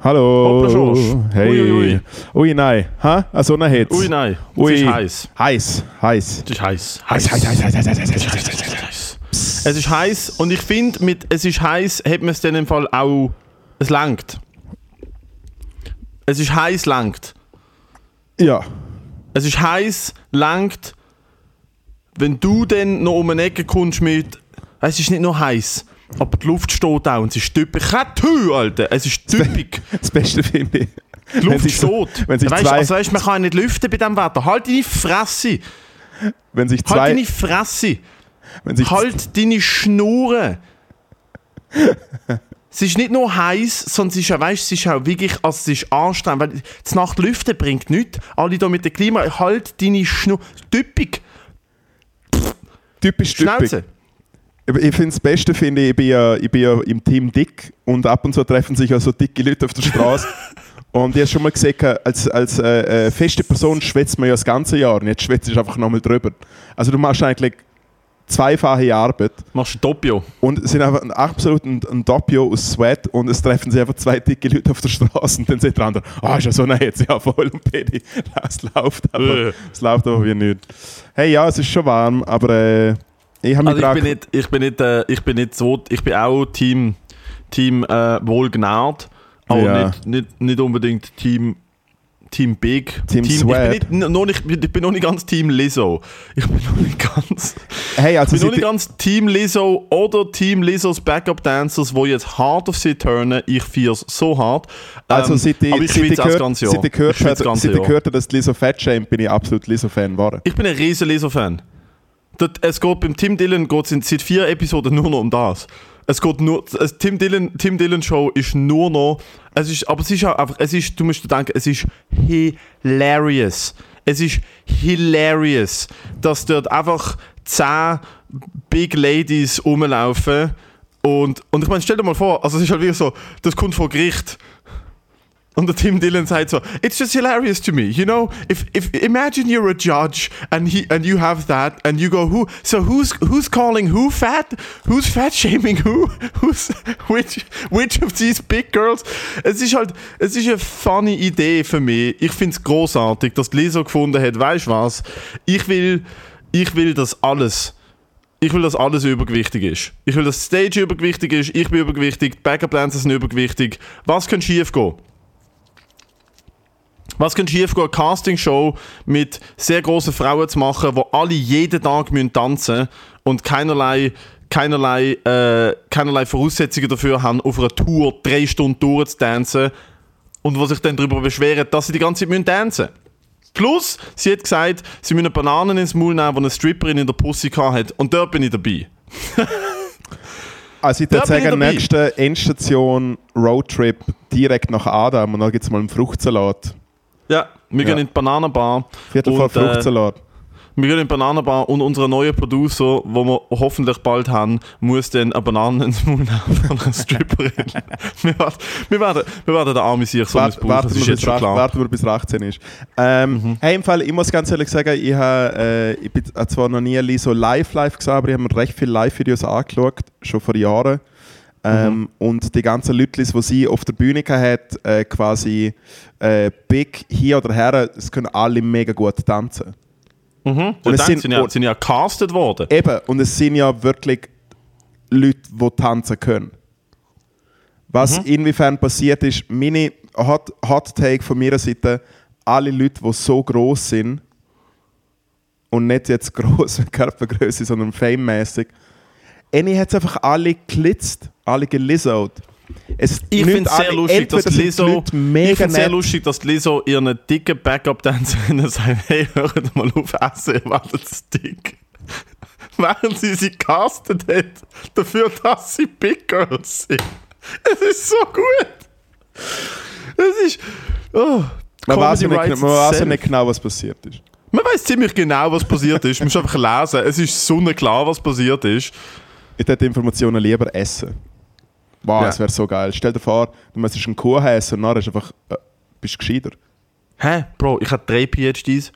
Hallo. Hoppla, Schorsch. Hey. Ui. Ui, nein. Ha? Eine Sonnenhitze. Ui, nein. Ui. Es ist heiß. Heiß. Es ist heiß. Es ist heiß und ich finde, mit es ist heiß hat man es dann im Fall auch. Es langt. Es ist heiß, langt. Ja. Es ist heiß, langt. Wenn du dann noch um eine Ecke kommst mit. Es ist nicht nur heiß, aber die Luft steht auch und es ist typisch. Alter. Es ist typisch. Das Beste finde ich. Die Luft steht. Wenn sich weißt, man kann nicht lüften bei diesem Wetter. Halt deine Fresse. Wenn sich Halt deine Fresse. Halt deine Schnurren. Es ist nicht nur heiß, sondern es ist auch, weißt, es ist auch wirklich, also es ist anstrengend, weil die Nacht lüften bringt nichts. Alle hier mit dem Klima, halt deine Schnurren. Typisch. Schnauze. Ich finde das Beste, ich bin ja im Team Dick und ab und zu treffen sich ja so dicke Leute auf der Straße. Und ich habe schon mal gesagt, als feste Person schwätzt man ja das ganze Jahr und jetzt schwätzt du einfach nochmal drüber. Also du machst eigentlich zweifache Arbeit. Machst du Doppio. Und es sind einfach absolut ein Doppio aus Sweat und es treffen sich einfach zwei dicke Leute auf der Straße und dann sagt der andere, ist ja so eine Hitze, ja voll und Pedi. Es läuft aber wie nichts. Hey, ja, es ist schon warm, aber ich habe mich ich bin auch Team wohlgenährt, aber ja. nicht unbedingt Team Big. Team Sweat. Ich bin noch nicht ganz Team Lizzo. Ich bin noch nicht ganz... Hey, also ich bin noch nicht ganz Team Lizzo oder Team Lizzos Backup Dancers, die jetzt hart auf sie turnen. Ich feiere es so hart. Also seit ich gehört habe, dass Lizzo Fat shamed, bin ich absolut Lizzo-Fan geworden. Ich bin ein riesen Lizzo-Fan. Es geht beim Tim Dillon seit 4 Episoden nur noch um das. Es geht nur... Tim Dillon Show ist nur noch... du musst dir denken, es ist hilarious. Es ist hilarious, dass dort einfach 10 Big Ladies rumlaufen und ich meine, stell dir mal vor, also es ist halt wirklich so, das kommt vor Gericht. Und der Tim Dillon sagt so, it's just hilarious to me, you know, if imagine you're a judge and you have that and you go, who's calling who fat? Who's fat shaming who? Which of these big girls? Es ist eine funny Idee für mich. Ich finde es großartig, dass Lizzo gefunden hat, weißt du was? Ich will, dass alles übergewichtig ist. Ich will, dass die Stage übergewichtig ist, ich bin übergewichtig, die Backup-Dancers sind übergewichtig. Was kann schief gehen? Was kann schief gehen, eine Castingshow mit sehr grossen Frauen zu machen, wo alle jeden Tag tanzen müssen und keinerlei Voraussetzungen dafür haben, auf einer Tour 3 Stunden durchzutanzen und wo sich dann darüber beschweren, dass sie die ganze Zeit tanzen müssen. Plus, sie hat gesagt, sie müssen Bananen ins Maul nehmen, die eine Stripperin in der Pussy hatte und dort bin ich dabei. Also ich würde sagen, nächste Endstation Roadtrip direkt nach Adam und dann gibt es mal einen Fruchtsalat. Ja, wir gehen in die Bananenbar. Viertel vor Fruchtsalat. Wir gehen in die Bananenbar und unser neuer Producer, den wir hoffentlich bald haben, muss dann eine Banane ins Maul nehmen von einer Stripperin. wir werden den armen sich so missbrauchen, das ist jetzt schon klar. Warten wir bis er 18 ist. Hey, im Fall, ich muss ganz ehrlich sagen, ich bin zwar noch nie Lizzo live gesehen, aber ich habe mir recht viele Live-Videos angeschaut, schon vor Jahren. Und die ganzen Leute, die sie auf der Bühne hat, quasi Big hier oder her, es können alle mega gut tanzen. Und es sind ja gecastet worden. Eben, und es sind ja wirklich Leute, die tanzen können. Was inwiefern passiert ist, meine Hot Take von meiner Seite, alle Leute, die so gross sind und nicht jetzt gross mit Körpergröße, sondern fame-mäßig, hat es einfach alle geglitzt, alle gelizzoed. Ich finde es sehr lustig, dass Lizzo ihren dicken Backup-Dancerinnen sagt, hey, hört mal auf essen, ihr werdet dick. Während sie castet hat, dafür, dass sie Big Girls sind. Es ist so gut. Es ist... Man weiß ja nicht genau, was passiert ist. Man weiß ziemlich genau, was passiert ist. Man muss einfach lesen. Es ist sonnenklar, was passiert ist. Ich hätte Informationen lieber essen. Wow, das wäre so geil. Stell dir vor, du müsstest einen Kuchen essen und dann bist du einfach bist gescheiter. Hä? Bro, ich habe 3 PhDs.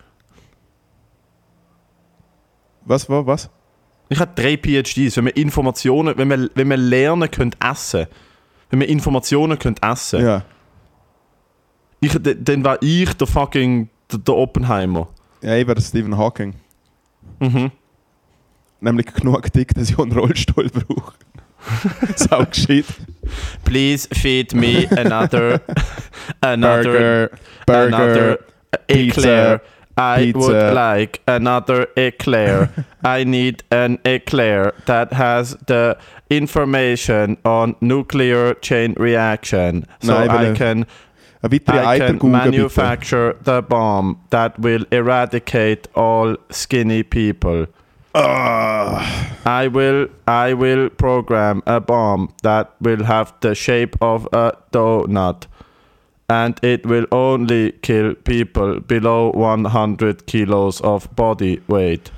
Was? Ich habe 3 PhDs. Wenn wir lernen können essen. Wenn wir Informationen können essen. Ja. Dann war ich der fucking der Oppenheimer. Ja, ich wäre der Stephen Hawking. Mhm. Nämlich genug dick, dass ich einen Rollstuhl brauche. Sau gescheit. Please feed me another Burger, eclair. I pizza. would like another eclair. I need an eclair that has the information on nuclear chain reaction, so Nein, I can eine weitere I can Eitergugel, manufacture the bomb that will eradicate all skinny people. I will program a bomb that will have the shape of a donut, and it will only kill people below 100 kilos of body weight.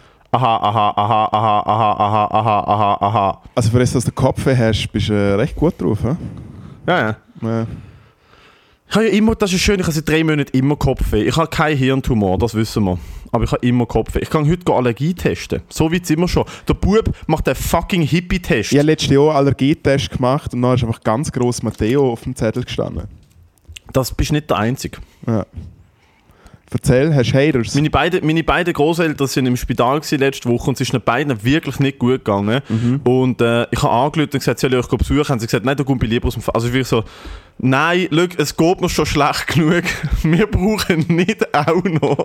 Aha. Also für das, dass du Kopf hast, bist du recht gut drauf, he? Ja. Ja. Ich habe ja immer, das ist schön, ich habe seit 3 Monaten immer Kopfweh. Ich habe keinen Hirntumor, das wissen wir. Aber ich habe immer Kopfweh. Ich kann heute Allergie testen. So weit sind wir schon. Der Bub macht einen fucking Hippie-Test. Ich habe letztes Jahr Allergietest gemacht und dann ist einfach ganz gross Matteo auf dem Zettel gestanden. Das bist nicht der Einzige. Ja. Erzähl, hast du Haters? Meine beiden Großeltern sind im Spital letzte Woche und es ist ihnen beiden wirklich nicht gut gegangen. Und ich habe angerufen und gesagt, soll ich euch besuchen? Haben sie gesagt, nein, du kommst lieber aus dem Fall. Also ich wirklich so, nein, schau, es geht mir schon schlecht genug. Wir brauchen nicht auch noch.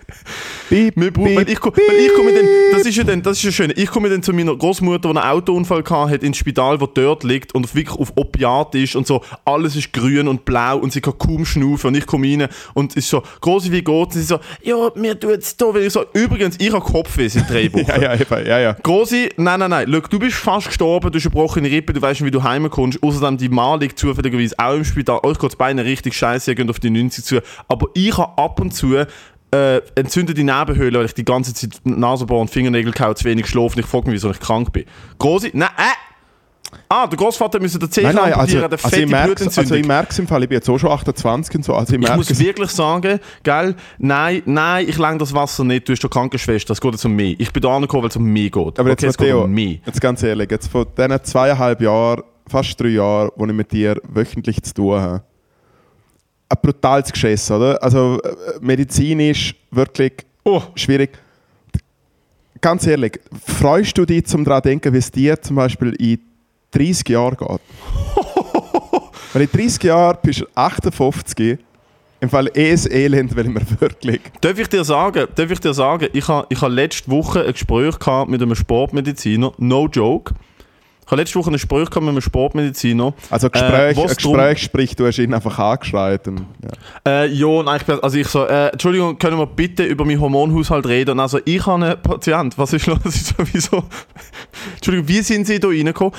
Das ist ja schön. Ich komme dann zu meiner Großmutter, die einen Autounfall hatte, ins Spital, wo dort liegt und wirklich auf Opiat ist und so, alles ist grün und blau und sie kann kaum schnaufen und ich komme rein und es ist so, Grossi, wie geht's? Und sie so, ja, mir tut's da, weil ich so, übrigens, ich habe Kopfweh seit 3 Wochen. ja. Grossi, nein, schau, du bist fast gestorben, du hast eine gebrochene Rippe, du weißt nicht, wie du heimkommst, außerdem die Mann liegt zufälligerweise auch im Spital, euch geht das Beine richtig scheiße, ihr geht auf die 90 zu, aber ich habe ab und zu entzündete Nebenhöhlen, weil ich die ganze Zeit Nasenbohr und Fingernägel kaum zu wenig schlafe und ich frage mich, wieso ich krank bin. Grossi, nein, der Großvater müsste den Zeh amputieren, der fette Blutentzündung. Also ich merke es im Fall, ich bin jetzt auch schon 28 und so. Also ich muss wirklich sagen, gell, nein, ich lenke das Wasser nicht, du bist der Krankenschwester, es geht jetzt um mich. Ich bin da angekommen, weil es um mich geht. Aber okay, jetzt, Matteo, jetzt ganz ehrlich, jetzt von diesen 2,5 Jahren, fast 3 Jahren, wo ich mit dir wöchentlich zu tun habe, ein brutales Geschiss, oder? Also medizinisch wirklich schwierig. Ganz ehrlich, freust du dich, daran zu denken, wie es dir zum Beispiel in 30 Jahren geht? Weil in 30 Jahren bist du 58, im Fall ein Elend, weil wir wirklich... Darf ich dir sagen, ich habe letzte Woche ein Gespräch gehabt mit einem Sportmediziner, no joke. Ich habe letzte Woche ein Gespräch mit einem Sportmediziner. Also Gespräch sprich, du hast ihn einfach angeschreit. Entschuldigung, können wir bitte über meinen Hormonhaushalt reden? Und also, ich habe einen Patient, was ist los? Wieso? Entschuldigung, wie sind Sie da reingekommen?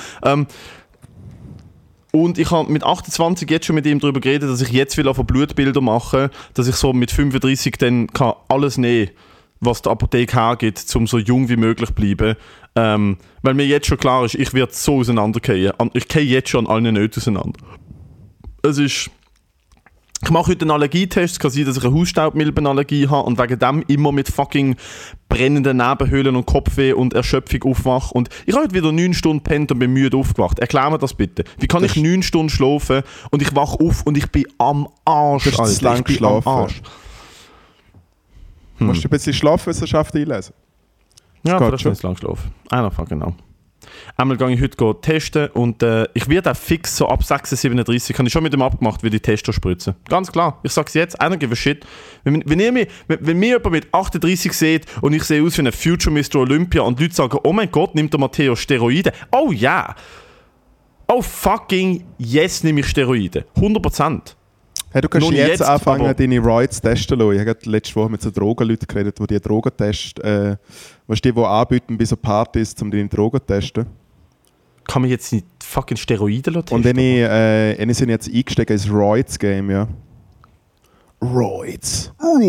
Und ich habe mit 28 jetzt schon mit ihm darüber geredet, dass ich jetzt will auf Blutbilder machen, dass ich so mit 35 dann kann alles nehmen kann, was die Apotheke hergibt, um so jung wie möglich zu bleiben. Weil mir jetzt schon klar ist, ich werde so auseinandergehen. Ich gehe jetzt schon an allen Nöten auseinander. Ich mache heute einen Allergietest. Es kann sein, dass ich eine Hausstaubmilbenallergie habe und wegen dem immer mit fucking brennenden Nebenhöhlen und Kopfweh und Erschöpfung aufwache. Und ich habe heute wieder 9 Stunden pennt und bin müde aufgewacht. Erklär mir das bitte. Wie kann ich 9 Stunden schlafen und ich wache auf und ich bin am Arsch, Alter. Ich bin geschlafen. Am Arsch. Musst du ein bisschen Schlafwissenschaft einlesen? Ja, vielleicht nicht lang schlafen. Einfach, genau. Einmal gehe ich heute testen und ich werde auch fix so ab 36, habe ich schon mit dem abgemacht, wie die Tester spritzen. Ganz klar. Ich sage es jetzt, I don't give a shit. Wenn mir jemand mit 38 sieht und ich sehe aus wie ein Future Mr. Olympia und Leute sagen, oh mein Gott, nimmt der Matteo Steroide? Oh ja! Yeah. Oh fucking yes, nehme ich Steroide. 100%. Hey, du kannst jetzt anfangen, deine Roids testen lassen. Ich habe letzte Woche mit so Drogenleuten geredet, die Drogen testen. Die anbieten bei so Partys, um deine Drogen zu testen. Kann man jetzt nicht fucking Steroide testen? Und eine sind jetzt eingestiegen ins Roids-Game, ja. Roids.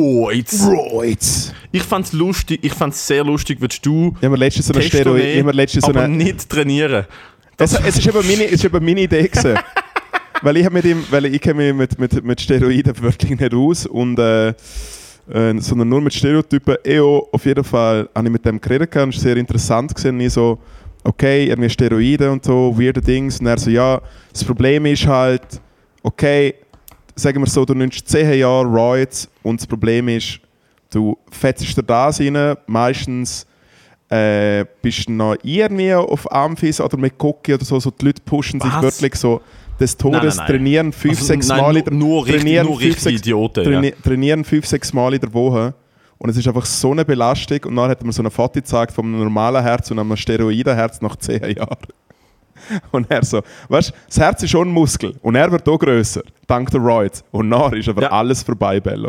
Ich fand's sehr lustig, würdest du letztens so eine Steroid, aber nicht trainieren. Es ist aber meine Idee gewesen. Weil ich kenne mich mit Steroiden wirklich nicht aus und sondern nur mit Stereotypen. Auf jeden Fall habe ich mit dem geredet, das war sehr interessant gewesen. Ich so, okay, irgendwie Steroide und so, weirde Dings. Und er so, ja, das Problem ist halt, okay, sagen wir so, du nimmst 10 Jahre Roids und das Problem ist, du fetzt dir das rein, meistens bist du noch irgendwie auf Amphis oder mit Cookie oder so, die Leute pushen sich wirklich so des Todes, Nein. trainieren 5-6 Mal in der Woche. Trainieren 5-6 Mal in der Woche und es ist einfach so eine Belastung und dann hat man so eine Foto gezeigt von einem normalen Herz und einem Steroidenherz nach 10 Jahren. Und er so, weißt du, das Herz ist schon ein Muskel und er wird auch grösser, dank der Roids. Und nachher ist aber alles vorbei, Bello.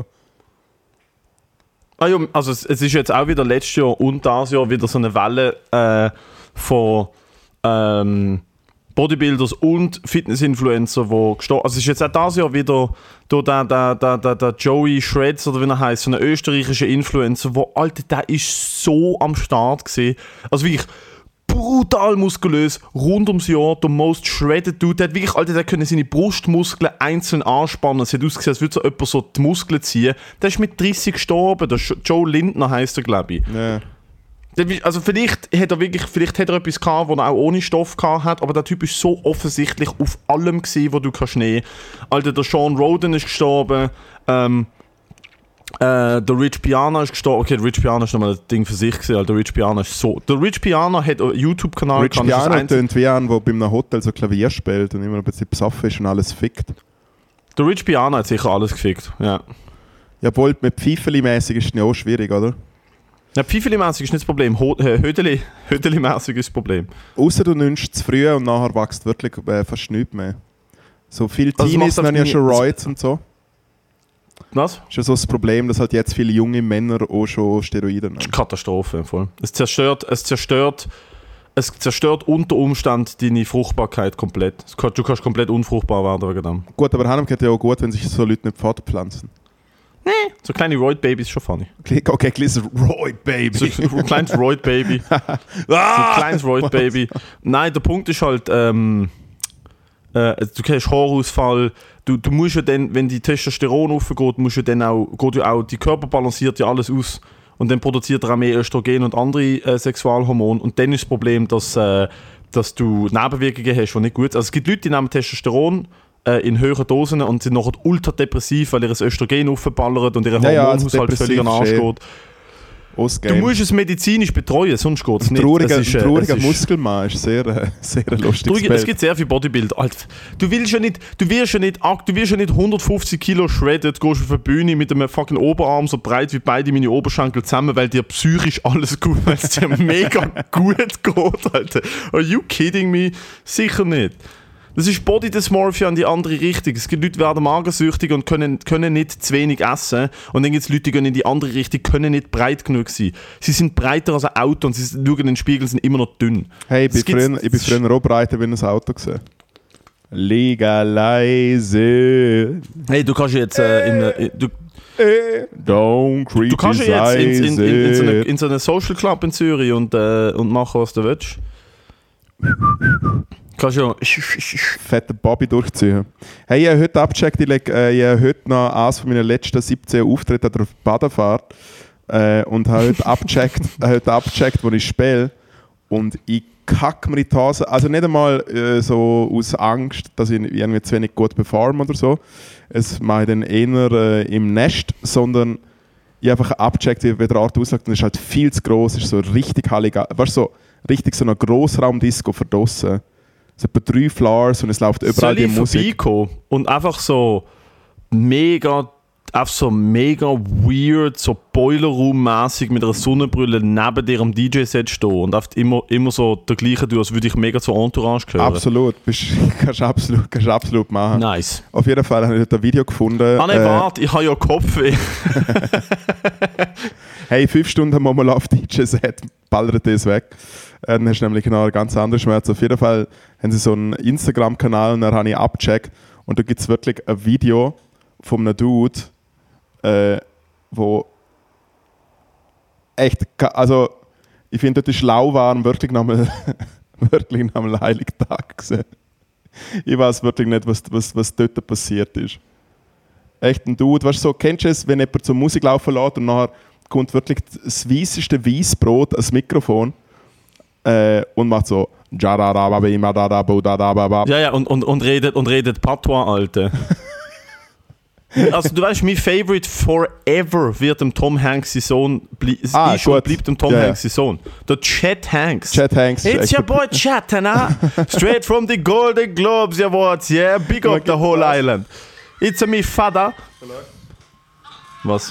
Ah ja, also es ist jetzt auch wieder letztes Jahr und dieses Jahr wieder so eine Welle von Bodybuilders und Fitness-Influencer, die gestorben. Also es ist jetzt auch dieses Jahr wieder der Joey Shreds oder wie er heißt, so ein österreichischer Influencer, der ist so am Start gewesen. Also wirklich brutal muskulös, rund ums Jahr, der most shredded Dude. Der hat wirklich, der können seine Brustmuskeln einzeln anspannen. Es hat ausgesehen, als würde so jemand so die Muskeln ziehen. Der ist mit 30 gestorben. Der Joe Lindner heisst er, glaube ich. Yeah. Also vielleicht hat er etwas gehabt, was er auch ohne Stoff gehabt hat, aber der Typ ist so offensichtlich auf allem gewesen, was du kannst nehmen. Alter, der Sean Roden ist gestorben. Der Rich Piana ist gestorben. Okay, der Rich Piana ist nochmal ein Ding für sich gewesen. Der Rich Piana ist so. Der Rich Piana hat einen YouTube-Kanal. Rich Piana tönt wie ein, der bei einem Hotel so Klavier spielt und immer ein bisschen besoffen ist und alles fickt. Der Rich Piana hat sicher alles gefickt, ja. Ja, wohl mit Pfeifeli-mäßig ist es ja auch schwierig, oder? Ja, Pfeifeli-mäßig ist nicht das Problem. Hödeli-mäßig ist das Problem. Außer du nimmst zu früh und nachher wächst wirklich fast nichts mehr. So viele Also Teenies haben ja schon Roids und so. Was? Das ist ja so das Problem, dass halt jetzt viele junge Männer auch schon Steroide nehmen. Das ist eine Katastrophe. Voll. Es zerstört unter Umständen deine Fruchtbarkeit komplett. Du kannst komplett unfruchtbar werden wegen dem. Gut, aber Hanem geht ja auch gut, wenn sich so Leute nicht fortpflanzen. Nee. So kleine Roid-Babys ist schon funny. Okay, kleines Roid-Baby. So ein kleines Roid-Baby. So ein kleines Roid-Baby. Nein, der Punkt ist halt, du kennst Haarausfall. Du musst ja dann, wenn die Testosteron aufgeht, musst du dann geht ja auch, die Körper balanciert ja alles aus und dann produziert er auch mehr Östrogen und andere Sexualhormone und dann ist das Problem, dass du Nebenwirkungen hast, die nicht gut sind. Also es gibt Leute, die nehmen Testosteron in höheren Dosen und sind nachher ultra depressiv, weil ihr Östrogen aufballert und ihr Hormonhaushalt völlig an den Arsch geht. Du musst es medizinisch betreuen, sonst geht es nicht. Ein trauriger Muskelmann ist sehr lustig. Es gibt sehr viel Bodybuild. Alter, du wirst ja nicht 150 Kilo shredded, gehst auf eine Bühne mit einem fucking Oberarm so breit wie beide meine Oberschenkel zusammen, weil dir psychisch alles gut, weil es dir mega gut geht, Alter. Are you kidding me? Sicher nicht. Das ist Body Dysmorphia in die andere Richtung. Es gibt Leute, die werden magersüchtig und können nicht zu wenig essen. Und dann gibt es Leute, die gehen in die andere Richtung, können nicht breit genug sein. Sie sind breiter als ein Auto und sie schauen in den Spiegel, sind immer noch dünn. Hey, ich bin früher auch breiter wie ein Auto gesehen. Legalize. Hey, du kannst jetzt Don't criticize. Du kannst ja jetzt in so einen Social Club in Zürich und machen, was du willst. Kannst ja fetter Bobby durchziehen. Hey, ich habe heute abgecheckt, ich habe heute noch eines von meinen letzten 17 Auftritten an der Badefahrt und habe heute abgecheckt, wo ich spiele und ich kacke mir in die Hose. Also nicht einmal so aus Angst, dass ich irgendwie zu wenig gut performe oder so. Es mache ich dann eher im Nest, sondern ich habe einfach abgecheckt, wie der Art aussagt und es ist halt viel zu gross, es ist so richtig heilig, weißt du, so richtig so eine Grossraumdisco verdrossen. Es hat etwa 3 Floors und es läuft überall die Musik. Und einfach so mega weird, so Boiler-Room-mäßig mit einer Sonnenbrille neben dir am DJ-Set stehen und immer so der gleiche tun, als würde ich mega zur Entourage gehören. Absolut, kannst absolut machen. Nice. Auf jeden Fall habe ich ein Video gefunden. Ah nein, warte, ich habe ja Kopfweh. Hey, 5 Stunden haben wir mal auf DJ-Set, ballert das weg. Dann hast du nämlich genau einen ganz anderen Schmerz. Auf jeden Fall haben sie so einen Instagram-Kanal und dann habe ich abgecheckt und da gibt es wirklich ein Video von einem Dude, wo echt, also ich finde, dort ist lauwarm wirklich nach einem heiligen Tag gesehen. Ich weiß wirklich nicht, was dort passiert ist. Echt ein Dude, weißt du, so, kennst du es, wenn jemand zur Musik laufen lässt und nachher kommt wirklich das weisseste Weissbrot ans Mikrofon und macht so ja, und redet Patois, Alter. Also du weißt, mein Favorite forever wird dem Tom Hanks sein Sohn, bleibt dem Tom Hanks sein Sohn. Der Chet Hanks. It's your boy Chet, straight from the Golden Globes Awards, yeah, big up the whole island. It's me father. Was?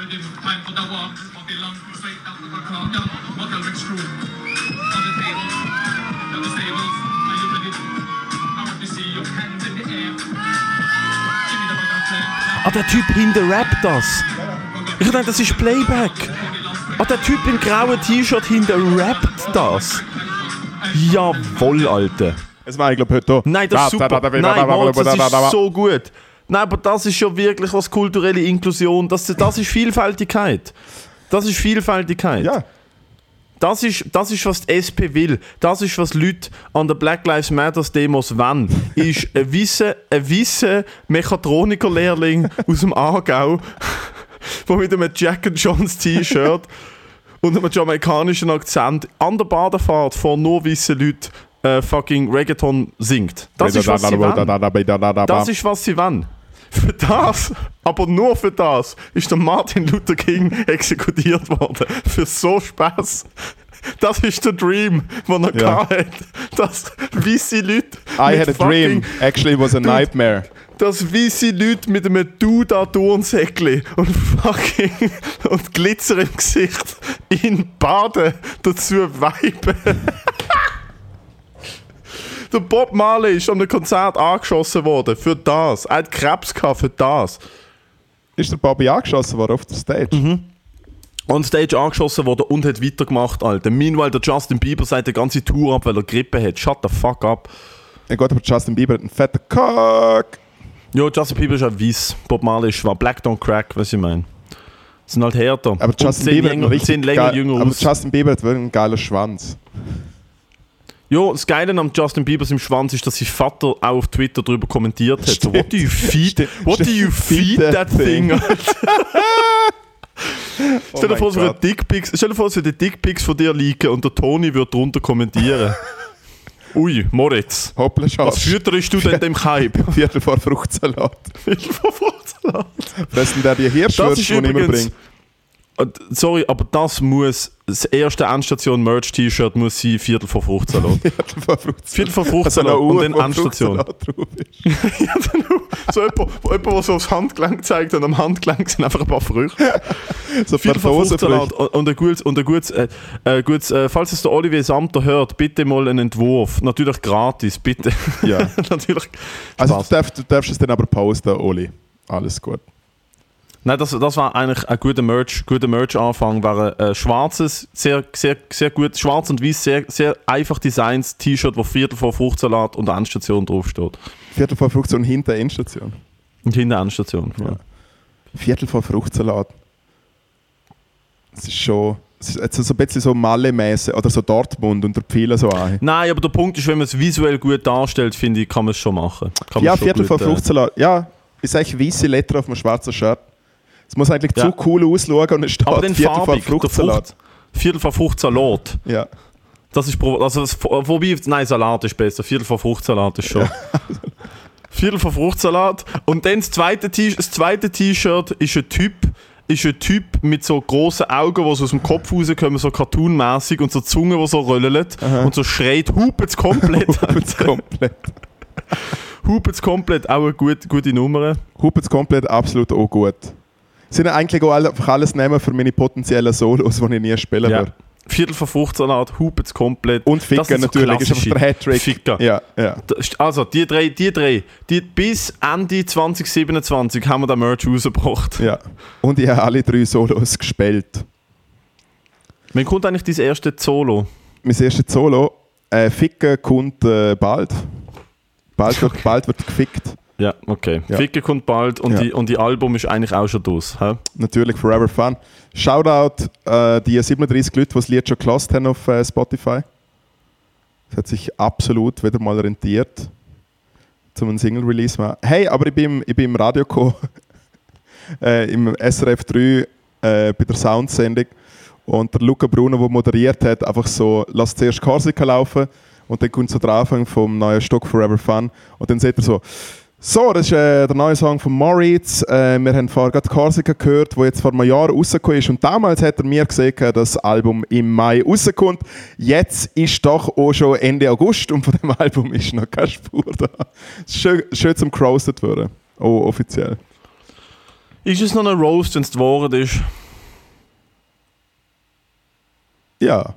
Der Typ hinter rappt das. Ich dachte, das ist Playback. Der Typ im grauen T-Shirt hinter rappt das. Jawohl, Alter. Das war ich glaube heute auch. Nein, das ist super. Nein, Mann, das ist so gut. Nein, aber das ist ja wirklich was kulturelle Inklusion. Das ist Vielfältigkeit. Das ist Vielfältigkeit. Ja. Das ist, was die SP will. Das ist, was Leute an der Black Lives Matter Demos wollen. Ist ein wisser Mechatroniker-Lehrling aus dem Aargau, der mit einem Jack & Jones T-Shirt und einem jamaikanischen Akzent an der Badefahrt vor nur weissen Leuten fucking Reggaeton singt. Das ist, was sie wollen. Das ist, was sie wollen. Für das, aber nur für das, ist der Martin Luther King exekutiert worden. Für so Spaß. Das ist der Dream, den er hatte. Dass weisse Leute. I had a dream. Actually, it was a nightmare. Dass weisse Leute mit einem Duda-Turnsäckli und fucking und Glitzer im Gesicht in Baden dazu weiben. Der Bob Marley ist an einem Konzert angeschossen worden. Für das. Er hat Krebs gehabt für das. Ist der Bobby angeschossen worden auf der Stage? Mhm. On Stage angeschossen worden und hat weitergemacht, Alter. Meanwhile, der Justin Bieber sagt die ganze Tour ab, weil er Grippe hat. Shut the fuck up. Ja gut, aber Justin Bieber hat einen fetten Cock. Ja, Justin Bieber ist ja weiss. Bob Marley ist schwarz. Black don't crack, was ich meine. Das sind halt härter. Aber Justin Bieber hat jünger aber aus. Justin Bieber hat wirklich einen geilen Schwanz. Ja, das Geile am Justin Bieber im Schwanz ist, dass sein Vater auch auf Twitter darüber kommentiert hat. So, what do you feed that thing? Stell dir vor, es würde Dickpics von dir liegen und der Toni würde darunter kommentieren. Ui, Moritz. Hoppla, was fütterst du denn dem Hype? Viertel vor Fruchtsalat. Fressen der die Hirschwürste, die ich immer bringe. Sorry, aber das erste Endstation Merch-T-Shirt muss sein Viertel vor Fruchtsalat. Viertel vor Fruchtsalat und dann Endstation. Ja, dann so jemand, der so aufs Handgelenk zeigt und am Handgelenk sind einfach ein paar Früchte. So Viertel vor Fruchtsalat und ein gutes, falls es der Olivier Samter hört, bitte mal einen Entwurf. Natürlich gratis, bitte. Ja. Natürlich. Also du darfst es dann aber posten, Oli. Alles gut. Nein, das war eigentlich ein guter Merch-Anfang. War ein schwarzes, sehr gut, schwarz und weiß, sehr, sehr einfach Designs T-Shirt, wo Viertel vor Fruchtsalat und Endstation draufsteht. Viertel vor Fruchtsalat und hinter Endstation. Und hinter Endstation, ja. Viertel vor Fruchtsalat. Das ist schon... Es ist so ein bisschen so Malle-mäßig oder so Dortmund und der Pfeiler so an. Nein, aber der Punkt ist, wenn man es visuell gut darstellt, finde ich, kann man es schon machen. Ja, Viertel vor Fruchtsalat. Ja, ist eigentlich weisse Letter auf einem schwarzen Shirt. Es muss eigentlich zu cool ausschauen und es steht Viertel vor Fruchtsalat. Viertel vor Fruchtsalat. Ja. Das ist wobei, nein, Salat ist besser. Viertel vor Fruchtsalat ist schon. Ja. Viertel vor Fruchtsalat. Und dann das zweite T-Shirt ist ein Typ mit so grossen Augen, die so aus dem Kopf rauskommen, so cartoonmäßig und so Zunge, die so röllt und so schreit, hupet's komplett. Hupet's komplett, auch eine gute Nummer. Hupet's komplett, absolut auch gut. Sind eigentlich auch einfach alles nehmen für meine potenziellen Solos, die ich nie spielen würde. Viertel vor Fruchtsalat, Hupet's komplett. Und Ficker natürlich, ist einfach der Hattrick. Ficker. Ja. Also, die drei, bis Ende 2027 haben wir den Merch rausgebracht. Ja. Und ich habe alle 3 Solos gespielt. Wann kommt eigentlich dein erstes Solo? Mein erstes Solo? Ficken kommt bald. Bald wird gefickt. Ja, okay. Ja. Ficken kommt bald und die Album ist eigentlich auch schon draus. He? Natürlich, Forever Fun. Shoutout die 37 Leute, die das Lied schon gehört haben auf Spotify. Das hat sich absolut wieder mal rentiert, zum einen Single-Release machen. Hey, aber ich bin im Radio gekommen, im SRF 3 bei der Soundsendung und der Luca Bruno, der moderiert hat, einfach so, lass zuerst Korsika laufen und dann kommt so der Anfang vom neuen Stück Forever Fun und dann sagt er so, So, das ist der neue Song von Moritz. Wir haben vorher gerade Korsika gehört, der jetzt vor einem Jahr rausgekommen ist. Und damals hat er mir gesagt, dass das Album im Mai rauskommt. Jetzt ist doch auch schon Ende August und von dem Album ist noch keine Spur da. Es ist schön zum Roasted werden. Oh, offiziell. Ist es noch ein Roast, wenn es die Wahrheit ist? Ja.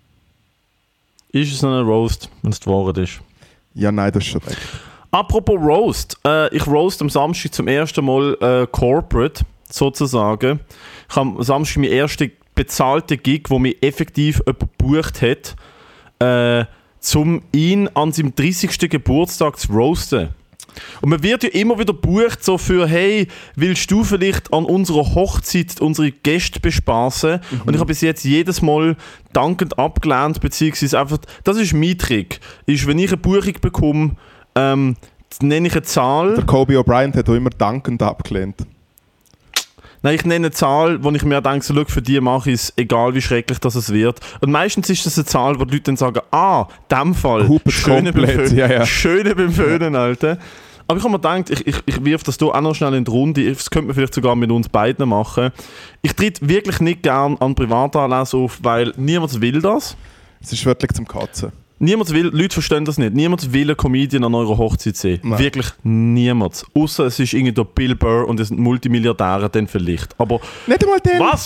Ist es noch ein Roast, wenn es die Wahrheit ist? Ja, nein, das ist schon weg. Apropos Roast. Ich roast am Samstag zum ersten Mal Corporate, sozusagen. Ich habe am Samstag meinen ersten bezahlten Gig, wo mich effektiv jemand gebucht hat, um ihn an seinem 30. Geburtstag zu roasten. Und man wird ja immer wieder gebucht, so für, hey, willst du vielleicht an unserer Hochzeit unsere Gäste bespaßen? Und ich habe bis jetzt jedes Mal dankend abgelehnt, beziehungsweise einfach, das ist mein Trick, ist, wenn ich eine Buchung bekomme, nenne ich eine Zahl. Der Kobe O'Brien hat auch immer dankend abgelehnt. Nein, ich nenne eine Zahl, wo ich mir denke, so, für die mache ich es, egal wie schrecklich das es wird. Und meistens ist das eine Zahl, wo die Leute dann sagen, in dem Fall, schöne beim Föhnen, Alter. Aber ich habe mir gedacht, ich wirf das hier auch noch schnell in die Runde. Das könnte man vielleicht sogar mit uns beiden machen. Ich trete wirklich nicht gern an Privatanlässe auf, weil niemand will das. Es ist wirklich zum Kotzen. Niemand will, Leute verstehen das nicht, niemand will einen Comedian an eurer Hochzeit sehen. Nein. Wirklich niemand. Außer es ist irgendwie der Bill Burr und es sind Multimilliardäre, dann vielleicht. Aber nicht einmal den. Was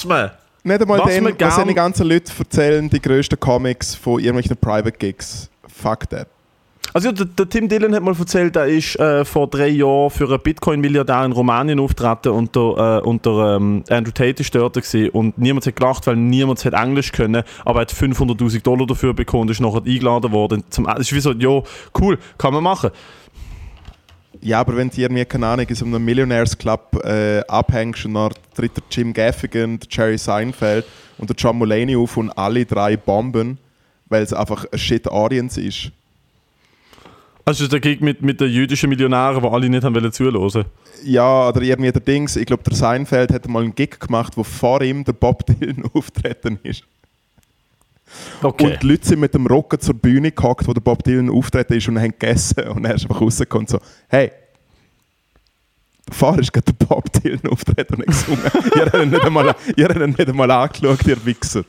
die ganzen Leute erzählen, die grössten Comics von irgendwelchen Private Gigs. Fuck that. Also der Tim Dillon hat mal erzählt, er ist vor 3 Jahren für einen Bitcoin-Milliardär in Rumänien auftreten und der Andrew Tate war dort gewesen, und niemand hat gelacht, weil niemand hat Englisch können, aber er hat $500,000 dafür bekommen und ist nachher eingeladen worden. Das ist wie so, ja, cool, kann man machen. Ja, aber wenn du irgendwie, keine Ahnung, in so einem Millionaires Club abhängst und dann tritt der Jim Gaffigan, der Jerry Seinfeld und der John Mulaney auf und alle 3 bomben, weil es einfach eine shit Audience ist. Also der Gig mit den jüdischen Millionären, die alle nicht haben zuhören. Ja, oder irgendwie der Dings, ich glaube der Seinfeld hat mal einen Gig gemacht, wo vor ihm der Bob Dylan auftreten ist. Okay. Und die Leute sind mit dem Rocken zur Bühne gehockt, wo der Bob Dylan auftreten ist, und haben gegessen, und er ist einfach rausgekommen und so, hey, davor ist gerade der Bob Dylan auftreten und gesungen. Ihr habt ihn nicht einmal angeschaut, ihr Wichser.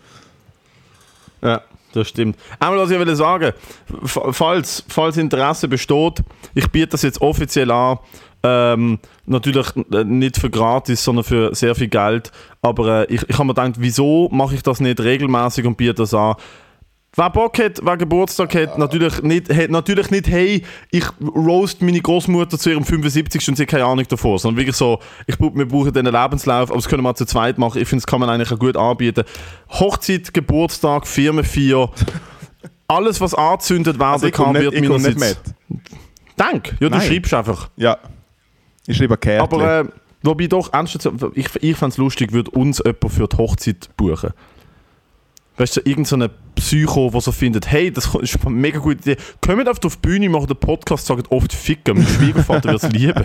Ja. Das stimmt. Einmal, was ich will sagen, falls Interesse besteht, ich biete das jetzt offiziell an, natürlich nicht für gratis, sondern für sehr viel Geld, aber ich habe mir gedacht, wieso mache ich das nicht regelmäßig und biete das an? Wer Bock hat, wer Geburtstag hat, natürlich nicht, hey, ich roast meine Großmutter zu ihrem 75. und sie hat keine Ahnung davon, sondern wirklich so, wir brauchen diesen Lebenslauf, aber das können wir zu zweit machen. Ich finde, das kann man eigentlich auch gut anbieten. Hochzeit, Geburtstag, Firmenfeier, alles, was angezündet werden kann, wird meinerseits. Danke, ja, du schreibst einfach. Ja, ich schreibe ein Kärtchen. Aber wobei doch, ich fände es lustig, würde uns jemand für die Hochzeit buchen. Weißt du, irgend so eine Psycho, der so findet, hey, das ist eine mega gute Idee. Kommt auf die Bühne, machen den Podcast, sagen oft ficken. Mein Schwiegervater wird es lieben.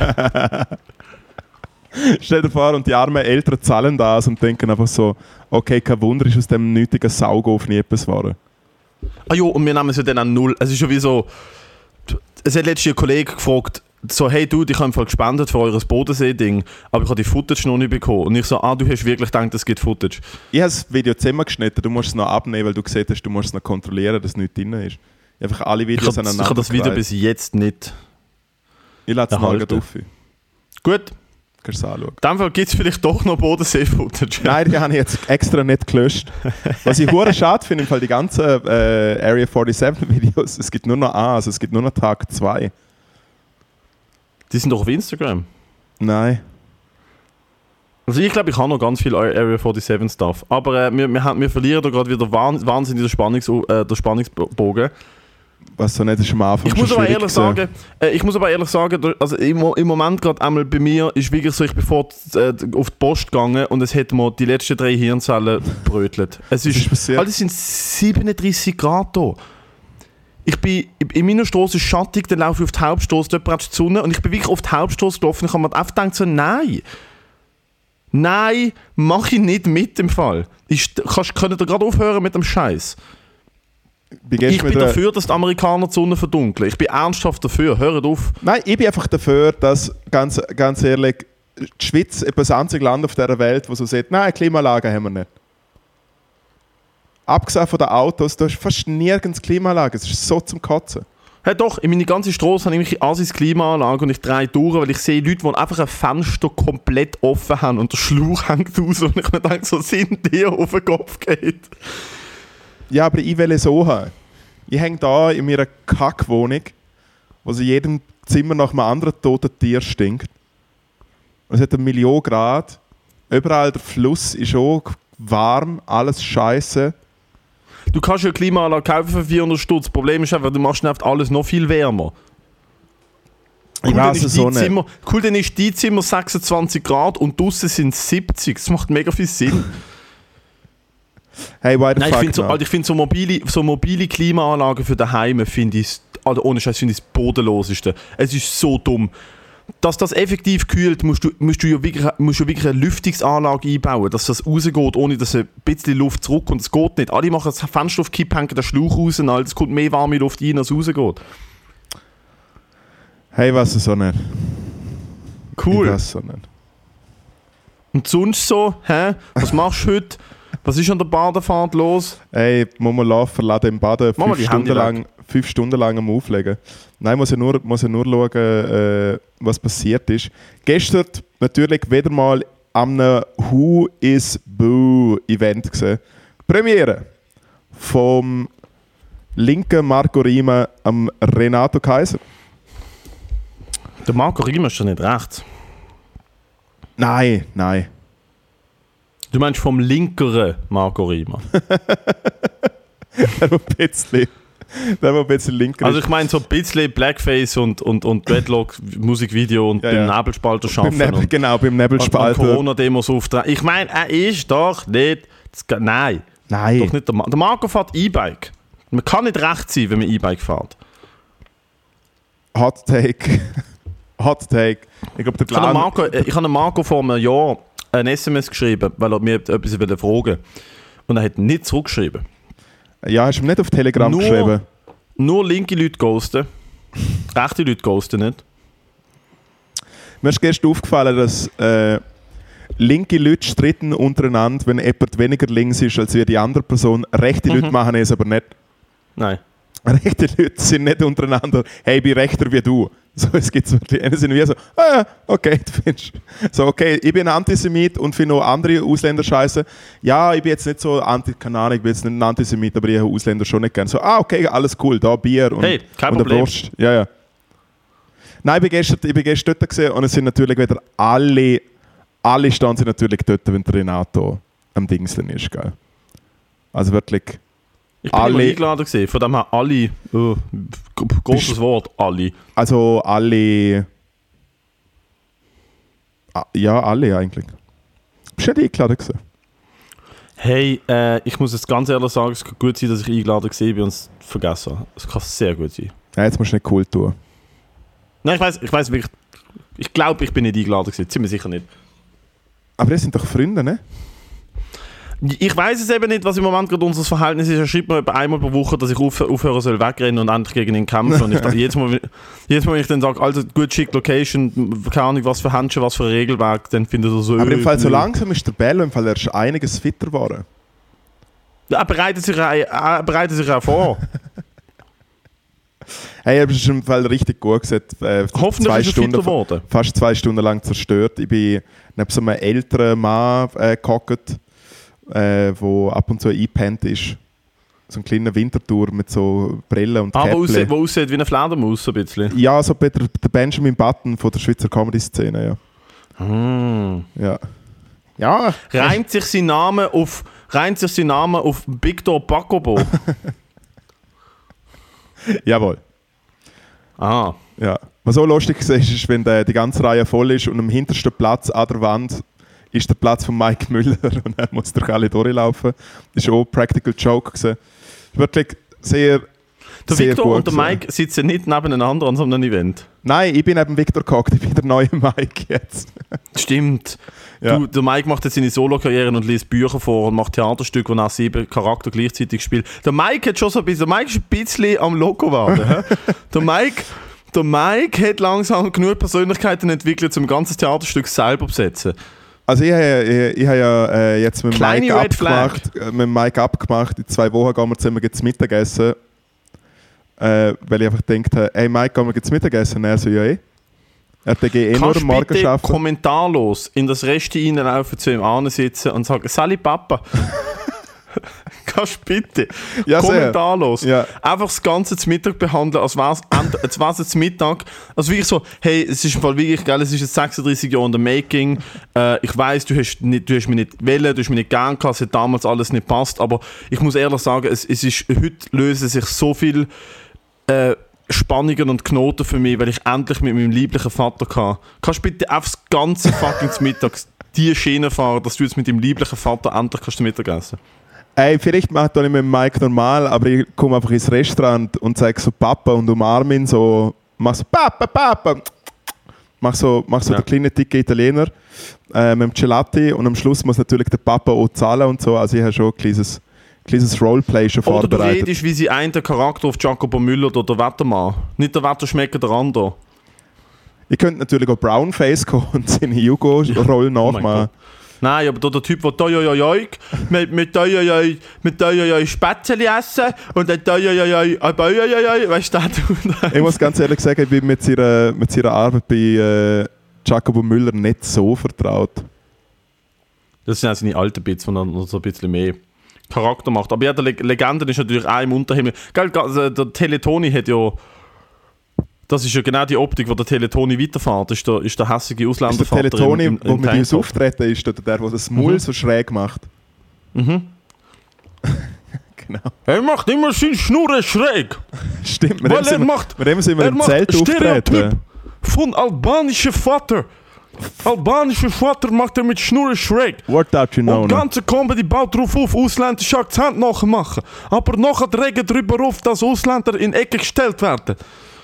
Stell dir vor, und die armen Eltern zahlen das und denken einfach so, okay, kein Wunder, ist aus dem nötigen Saugofen nie etwas geworden. Ah jo, und wir nehmen es ja dann an null. Es ist schon wie so, es hat letztens ein Kollege gefragt, so, hey du, ich habe im Fall gespendet für eures Bodensee-Ding, aber ich habe die Footage noch nicht bekommen. Und ich so, du hast wirklich gedacht, es gibt Footage? Ich habe das Video zusammengeschnitten, du musst es noch abnehmen, weil du gesehen hast, du musst es noch kontrollieren, dass nichts drin ist. Einfach alle Videos aneinander. Ich habe das Video bis jetzt nicht. Ich lasse es nachher drauf. Gut. Kannst du es anschauen. In dem Fall gibt es vielleicht doch noch Bodensee-Footage. Nein, die habe ich jetzt extra nicht gelöscht. Was ich hure schade finde, im Fall die ganzen Area 47 Videos, es gibt nur noch also es gibt nur noch Tag 2. Die sind doch auf Instagram? Nein. Also ich glaube, ich habe noch ganz viel Area 47 Stuff. Aber wir verlieren da gerade wieder wahnsinnig den Spannungsbogen. Was so nicht ist am Anfang. Ich muss aber ehrlich sagen, also im Moment gerade einmal bei mir ist wirklich so, ich bin auf die Post gegangen und es hat mir die letzten 3 Hirnzellen gebrötelt. Es sind 37 Grad da. Ich bin in meiner Straße schattig, dann laufe ich auf die Hauptstraße, dort brennt die Sonne und ich bin wirklich auf die Hauptstraße gelaufen und ich habe mir einfach gedacht so, nein, mach ich nicht mit im Fall. Könnt ihr gerade aufhören mit dem Scheiß? Ich bin dafür, dass die Amerikaner die Sonne verdunkeln. Ich bin ernsthaft dafür. Hört auf. Nein, ich bin einfach dafür, dass, ganz ehrlich, die Schweiz etwas das einzige Land auf dieser Welt, wo so sagt, nein, Klimaanlagen haben wir nicht. Abgesehen von den Autos, da ist fast nirgends Klimaanlagen. Es ist so zum Kotzen. Hey doch, in meine ganze Straße habe ich Asis Klimaanlage und ich drehe durch, weil ich sehe Leute, die einfach ein Fenster komplett offen haben und der Schlauch hängt raus und ich mir denke, so sind die auf den Kopf geht. Ja, aber ich will es so haben. Ich hänge da in meiner Kackwohnung, wo sie jedem Zimmer nach einem anderen toten Tier stinkt. Und es hat 1 Million Grad. Überall der Fluss ist auch warm, alles scheiße. Du kannst ja eine Klimaanlage kaufen für 400 Stutz. Das Problem ist einfach, du machst einfach alles noch viel wärmer. Ich weiß es so nicht. Cool, dann ist die Zimmer 26 Grad und draussen sind 70. Das macht mega viel Sinn. Hey, why the fuck ich finde so mobile Klimaanlagen für daheim finde ich, also ohne Scheiß, finde ich das bodenloseste. Es ist so dumm. Dass das effektiv kühlt, musst du ja wirklich eine Lüftungsanlage einbauen, dass das rausgeht, ohne dass ein bisschen Luft zurückkommt. Das geht nicht. Alle machen das Fenster auf Kipp, hängen den Schlauch raus und es kommt mehr warme Luft rein, als rausgeht. Hey, was ist so nicht? Cool. Ich weiß so nicht. Und sonst so, hä? Was machst du heute? Was ist an der Badefahrt los? Ey, muss man laufen, laden im Baden 5 Stunden lang am Auflegen. Nein, muss ja nur schauen, was passiert ist. Gestern natürlich wieder mal am Who is Boo Event gesehen. Premiere vom linken Marco Rima am Renato Kaiser. Der Marco Rima ist schon nicht rechts. Nein. Du meinst vom linkeren Marco Rima? Der war ein bisschen linker. Also ich meine so ein bisschen Blackface und Dreadlock Musikvideo und beim Nebelspalter arbeiten. Genau, beim Nebelspalter. Und Corona-Demos auftreten. Ich meine, er ist doch nicht... Nein. Doch nicht der Marco fährt E-Bike. Man kann nicht rechts sein, wenn man E-Bike fährt. Hot Take. Ich glaube, der Plan... Ich habe Marco vor einem Jahr ein SMS geschrieben, weil er mir etwas fragen wollte. Und er hat nicht zurückgeschrieben. Ja, hast du ihm nicht auf Telegram geschrieben? Nur linke Leute ghosten. Rechte Leute ghosten nicht. Mir ist gestern aufgefallen, dass linke Leute streiten untereinander, wenn jemand weniger links ist als die andere Person. Rechte Leute machen es aber nicht. Nein. Rechte Leute sind nicht untereinander, hey, ich bin rechter wie du. So, es gibt wirklich, sind wie so, okay, du findest. So, okay, ich bin ein Antisemit und finde auch andere Ausländer scheiße. Ja, ich bin jetzt nicht so keine Ahnung, ich bin jetzt nicht ein Antisemit, aber ich habe Ausländer schon nicht gern. So, okay, alles cool, da Bier und, hey, kein und Problem. Wurst. Ja. Nein, ich bin gestern dort gesehen und es sind natürlich wieder alle standen sie natürlich dort, wenn der Renato am Dingseln ist, gell. Also wirklich. Ich bin immer eingeladen gewesen, von dem her alle, großes Wort, alle. Also alle... Ja, alle eigentlich. Bist du nicht eingeladen gewesen? Hey, ich muss jetzt ganz ehrlich sagen, es kann gut sein, dass ich eingeladen gewesen bin und es vergessen habe. Es kann sehr gut sein. Ja, jetzt musst du nicht cool tun. Nein, ich weiß wirklich, ich glaube, ich bin nicht eingeladen gewesen, ziemlich sicher nicht. Aber das sind doch Freunde, ne? Ich weiß es eben nicht, was im Moment gerade unser Verhältnis ist. Er schreibt mir etwa einmal pro Woche, dass ich aufhören soll wegrennen und endlich gegen ihn kämpfen. Und ich dachte, jedes Mal, wenn ich dann sage, also gut, schick Location, keine Ahnung, was für Händchen, was für Regelwerk, dann findet er so... Aber im Fall so langsam ist der Bello, im Fall er ist einiges fitter geworden. Ja, er bereitet sich auch vor. Hey, er ist im Fall richtig gut gesagt. Hoffentlich ist er fitter geworden. Fast 2 Stunden lang zerstört. Ich bin neben so einem älteren Mann gehockt, wo ab und zu eingepennt ist. So ein kleiner Wintertour mit so Brillen und Käppchen. Wo aussieht wie eine Fledermaus, ein bisschen. Ja, so der Benjamin Button von der Schweizer Comedy-Szene, ja. Ja. Reimt sich sein Name auf Victor Bacobo? Jawohl. Ah. Ja. Was auch lustig ist, wenn die ganze Reihe voll ist und am hintersten Platz an der Wand ist der Platz von Mike Müller und er muss durch alle durchlaufen. Das war auch ein Practical Joke gewesen. Wirklich sehr... Der Sehr Victor gut und der Mike sitzen nicht nebeneinander an so einem Event. Nein, ich bin neben Victor gehockt, ich bin der neue Mike jetzt. Stimmt. Ja. Der Mike macht jetzt seine Solo-Karriere und liest Bücher vor und macht Theaterstücke, wo er 7 Charakter gleichzeitig spielt. Der Mike hat schon so ein bisschen, der Mike ist ein bisschen am Loco werden. Der Mike hat langsam genug Persönlichkeiten entwickelt, um ein ganzes Theaterstück selber zu besetzen. Also ich habe ja jetzt mit Kleine Mike abgemacht, in 2 Wochen gehen wir zusammen zum Mittagessen. Weil ich einfach gedacht habe, hey Mike, gehen wir zum Mittagessen? Und er so, ja Er hat nur am Morgen bitte arbeiten. kommentarlos in das Resti reinlaufen, zu ihm ansitzen und sagen, «Sali Papa!» Kannst du bitte Ja, kommentarlos ja. einfach das Ganze zum Mittag behandeln, als wäre es zum Mittag. Also wirklich so, hey, es ist im Fall wirklich geil, es ist jetzt 36 Jahre in der Making. Ich weiss, du hast mich nicht wählen, du hast mich nicht gern gehabt, es hat damals alles nicht passt, aber ich muss ehrlich sagen, heute lösen sich so viel Spannungen und Knoten für mich, weil ich endlich mit meinem lieblichen Vater kann. Kannst du bitte einfach das ganze fucking Mittags die Schiene fahren, dass du jetzt mit deinem lieblichen Vater endlich kannst du Mittag essen? Ey, vielleicht mache ich das nicht mit Mike normal, aber ich komme einfach ins Restaurant und sage so Papa und umarme ihn so, mach so Papa. Mach so der kleine, dicke Italiener mit dem Gelati und am Schluss muss natürlich der Papa auch zahlen und so. Also ich habe schon ein kleines Roleplay schon vorbereitet. Oder du redest wie sie einen Charakter auf Jacopo Müller oder der Wettermann. Nicht der Wetterschmecker, der andere. Ich könnte natürlich auch Brownface kommen und seine Hugo-Rolle nachmachen. Nein, aber der Typ, der mit Spätzle essen und dann weißt du, ich muss ganz ehrlich sagen, ich bin mit ihrer Arbeit bei Jacopo Müller nicht so vertraut. Das sind auch seine alten Bits, die noch so ein bisschen mehr Charakter macht. Aber ja, der Legende ist natürlich auch im Unterhimmel. Der Teletoni hat ja... Das ist ja genau die Optik, die der Teletoni weiterfährt. Ist der hässige Ausländervater. Ist der Teletoni, der mit uns auftreten ist, oder der das Maul so schräg macht? Mhm. Genau. Er macht immer seine Schnurre schräg. Stimmt, mit dem sind wir im Zelt auftreten. Von albanischer Vater. Albanischer Vater macht er mit Schnurre schräg. What don't you know? Und die ganze Comedy baut darauf auf, ausländische Akzent nachmachen. Aber nachher regen darüber auf, dass Ausländer in Ecke gestellt werden.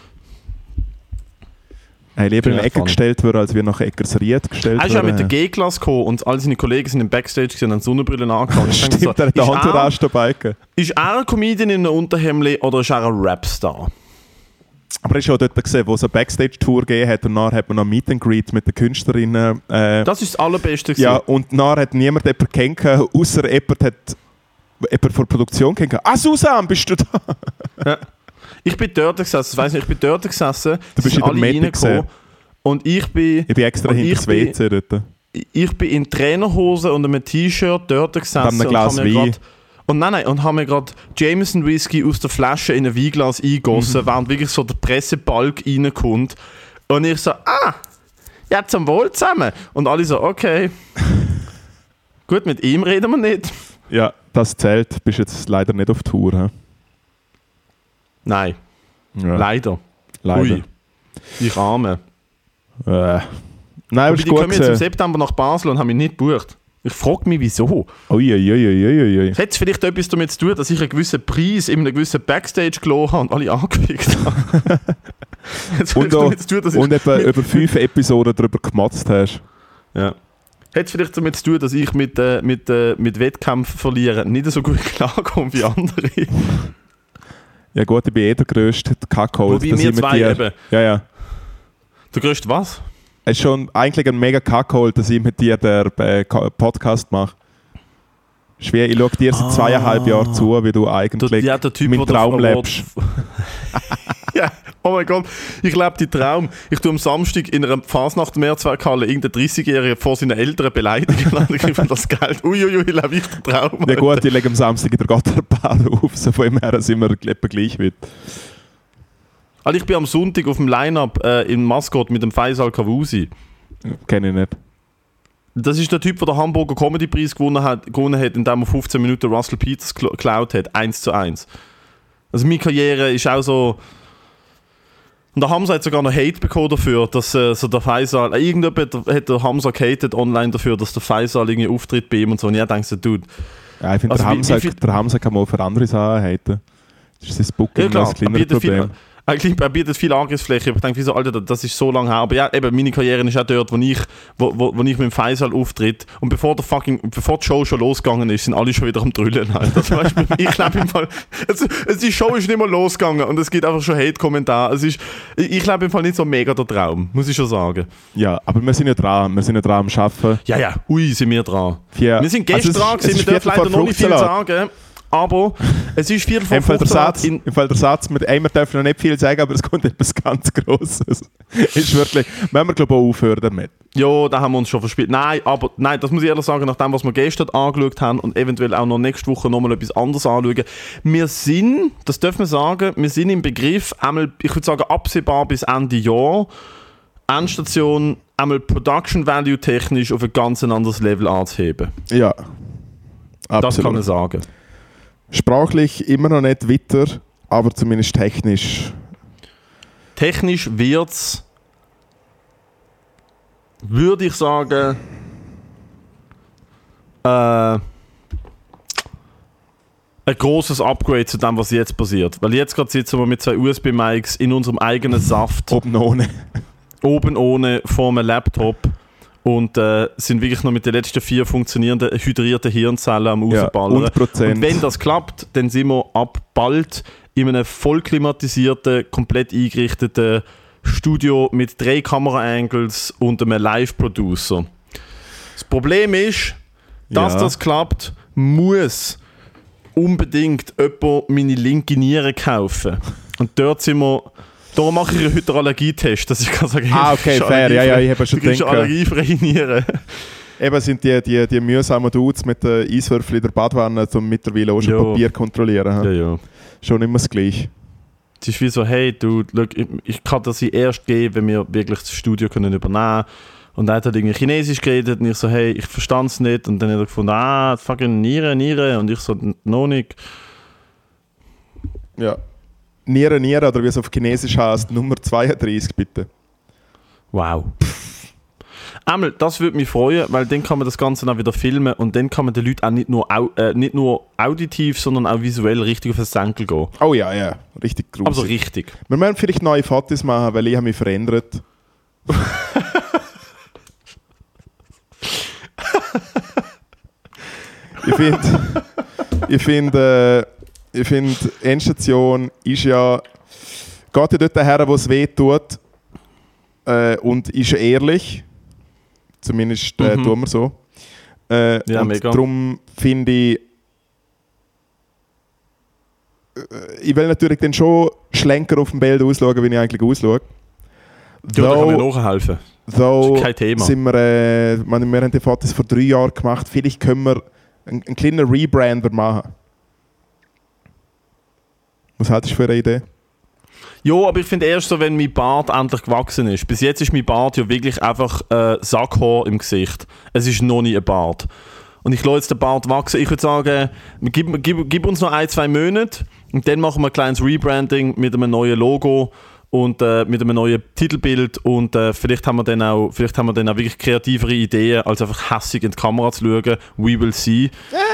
Lieber in die Ecke gestellt werden, als wir nach Eckersried gestellt werden. Er ist ja mit der G-Klasse gekommen und alle seine Kollegen sind im Backstage und haben Sonnenbrillen angehabt. Stimmt, so, der hat den Entourage dabei. Ist er ein Comedian in einem Unterhemdli oder ist er ein Rapstar? Aber ich habe auch dort gesehen, wo es eine Backstage-Tour gegeben hat und nachher hat man noch Meet and Greet mit den Künstlerinnen. Das ist das Allerbeste gewesen. Ja, und nachher hat niemand jemanden kennengelernt, außer jemand hat jemand von der Produktion kennengelernt. Ah, Susan, bist du da? Ja. Ich bin dort gesessen, du bist in der Mitte gesehen. Und ich bin extra hinter das WC dort. Ich bin in Trainerhose und einem T-Shirt dort gesessen. Und ein Glas Wein. Und haben mir gerade Jameson Whisky aus der Flasche in ein Weinglas eingegossen, während wirklich so der Pressebalg reinkommt. Und ich so, ja, zum Wohl zusammen. Und alle so, okay. Gut, mit ihm reden wir nicht. Ja, das zählt. Du bist jetzt leider nicht auf Tour. He? Nein. Ja. Leider. Ui. Ich arme. Nein, aber die kommen jetzt im September nach Basel und haben mich nicht gebucht. Ich frage mich, wieso. Uiuiuiui. Hat es vielleicht etwas damit zu tun, dass ich einen gewissen Preis in einem gewissen Backstage gelassen habe und alle angefickt habe? Und etwa über 5 Episoden darüber gemotzt hast. Ja. Hat es vielleicht damit zu tun, dass ich mit Wettkämpfen verlieren nicht so gut klarkomme wie andere? Ja gut, ich bin der grösste Kackhold. Wobei wir zwei eben. Ja. Der grösste was? Es ist schon eigentlich ein mega Kackhold, dass ich mit dir den Podcast mache. Ich schaue dir seit 2,5 Jahren zu, wie du eigentlich der Typ, meinen Traum lebst. Ja, oh mein Gott, ich lebe den Traum. Ich tue am Samstag in einer Fasnacht-Mehrzweckhalle irgendeinen 30-Jährigen vor seinen Eltern beleidigen und ich kriege das Geld. Uiuiui, lebe ich den Traum. Ja gut, ich lege am Samstag in der Gotthardbahn auf, so von ihm her sind wir gleich weit. Also ich bin am Sonntag auf dem Line-Up in Mascot mit dem Faisal Kavusi. Kenne ich nicht. Das ist der Typ, der den Hamburger Comedy-Preis gewonnen hat, indem er 15 Minuten Russell Peters geklaut hat, 1:1. Also meine Karriere ist auch so... Und der Hamza hat sogar noch Hate bekommen dafür, dass so der Faisal... Irgendjemand hat der Hamza gehatet online dafür, dass der Faisal irgendwie auftritt bei ihm und so. Und ich denke so, Dude... Ja, ich finde, der Hamza kann man auch für andere Sachen haten. Das ist das Booking Ja, klar, das kleinere Problem. Er bietet viel Angriffsfläche. Ich denke, wieso, Alter, das ist so lange her. Aber ja, eben, meine Karriere ist auch dort, wo ich mit dem Faisal auftritt. Und bevor die Show schon losgegangen ist, sind alle schon wieder am Drüllen. Das weißt du, ich glaube im Fall, die Show ist nicht mal losgegangen und es gibt einfach schon Hate-Kommentare. Ich glaube im Fall nicht so mega der Traum, muss ich schon sagen. Ja, aber wir sind ja dran. Wir sind ja dran am Arbeiten. Ja, ui, sind wir dran. Ja. Wir sind gestern dran gewesen, wir dürfen leider noch nicht viel sagen. Aber es ist viel vor Im Fall der Satz mit einmal dürfen wir noch nicht viel sagen, aber es kommt etwas ganz Grosses. Ist wirklich, wenn wir glaube ich auch aufhören damit. Ja, da haben wir uns schon verspielt. Nein, das muss ich ehrlich sagen, nach dem, was wir gestern angeschaut haben und eventuell auch noch nächste Woche nochmal etwas anderes anschauen. Wir sind, das dürfen wir sagen, wir sind im Begriff, einmal, ich würde sagen absehbar bis Ende Jahr, Endstation, einmal Production Value technisch auf ein ganz anderes Level anzuheben. Ja, absolut. Das kann man sagen. Sprachlich immer noch nicht weiter, aber zumindest technisch. Technisch wird's, würde ich sagen, ein grosses Upgrade zu dem, was jetzt passiert. Weil jetzt gerade sitzen wir mit 2 USB-Mics in unserem eigenen Saft. Oben ohne vor einem Laptop. Und sind wirklich noch mit den letzten 4 funktionierenden, hydrierten Hirnzellen am rausballern. Ja, und wenn das klappt, dann sind wir ab bald in einem voll klimatisierten, komplett eingerichteten Studio mit 3 Kamera-Angles und einem Live-Producer. Das Problem ist, dass das klappt, muss unbedingt jemand meine linke Niere kaufen. Und dort sind wir... Darum mache ich heute einen Allergietest, dass ich kann sagen, okay, fair, ja, ich habe schon gedacht. allergiefreie Nieren. Eben sind die mühsamen Dudes mit den Eiswürfeln in der Badwanne zum mittlerweile auch schon Papier kontrollieren. Ja. Schon immer das Gleiche. Es ist wie so, hey, du, look, ich kann das erst geben, wenn wir wirklich das Studio können übernehmen können. Und dann hat er irgendwie Chinesisch geredet und ich so, hey, ich verstand es nicht. Und dann hat er gefunden, fucking Niere. Und ich so, noch nicht. Ja. Niere, oder wie es auf Chinesisch heißt, Nummer 32, bitte. Wow. Einmal, das würde mich freuen, weil dann kann man das Ganze dann wieder filmen und dann kann man den Leuten auch nicht nur auditiv, sondern auch visuell richtig auf den Senkel gehen. Oh ja, richtig gruselig. Also richtig. Wir müssen vielleicht neue Fotos machen, weil ich habe mich verändert. Ich finde, Endstation ist ja, geht ja dort her, wo es weh tut und ist ehrlich. Zumindest tun wir so. Ja, und mega. Darum finde ich will natürlich dann schon schlenker auf dem Bild ausschauen, wie ich eigentlich ausschaue. Ja, da kann mir nachhelfen. Das ist kein Thema. Wir haben die Fotos vor 3 Jahren gemacht. Vielleicht können wir einen kleinen Rebrander machen. Was hattest du für eine Idee? Ja, aber ich finde erst so, wenn mein Bart endlich gewachsen ist. Bis jetzt ist mein Bart ja wirklich einfach Sackhaar im Gesicht. Es ist noch nie ein Bart. Und ich lasse jetzt den Bart wachsen. Ich würde sagen, gib uns noch 1-2 Monate und dann machen wir ein kleines Rebranding mit einem neuen Logo und mit einem neuen Titelbild und vielleicht haben wir dann auch wirklich kreativere Ideen, als einfach hässig in die Kamera zu schauen. We will see.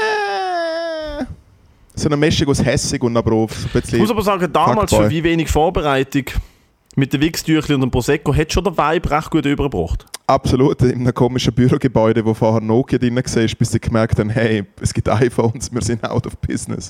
So eine Mischung aus hässig und aber auch so ein bisschen... Ich muss aber sagen, damals für wie wenig Vorbereitung mit den Wichstüchli und dem Prosecco hat schon der Vibe recht gut übergebracht. Absolut, in einem komischen Bürogebäude, wo vorher Nokia drin war, bis sie gemerkt haben, hey, es gibt iPhones, wir sind out of business.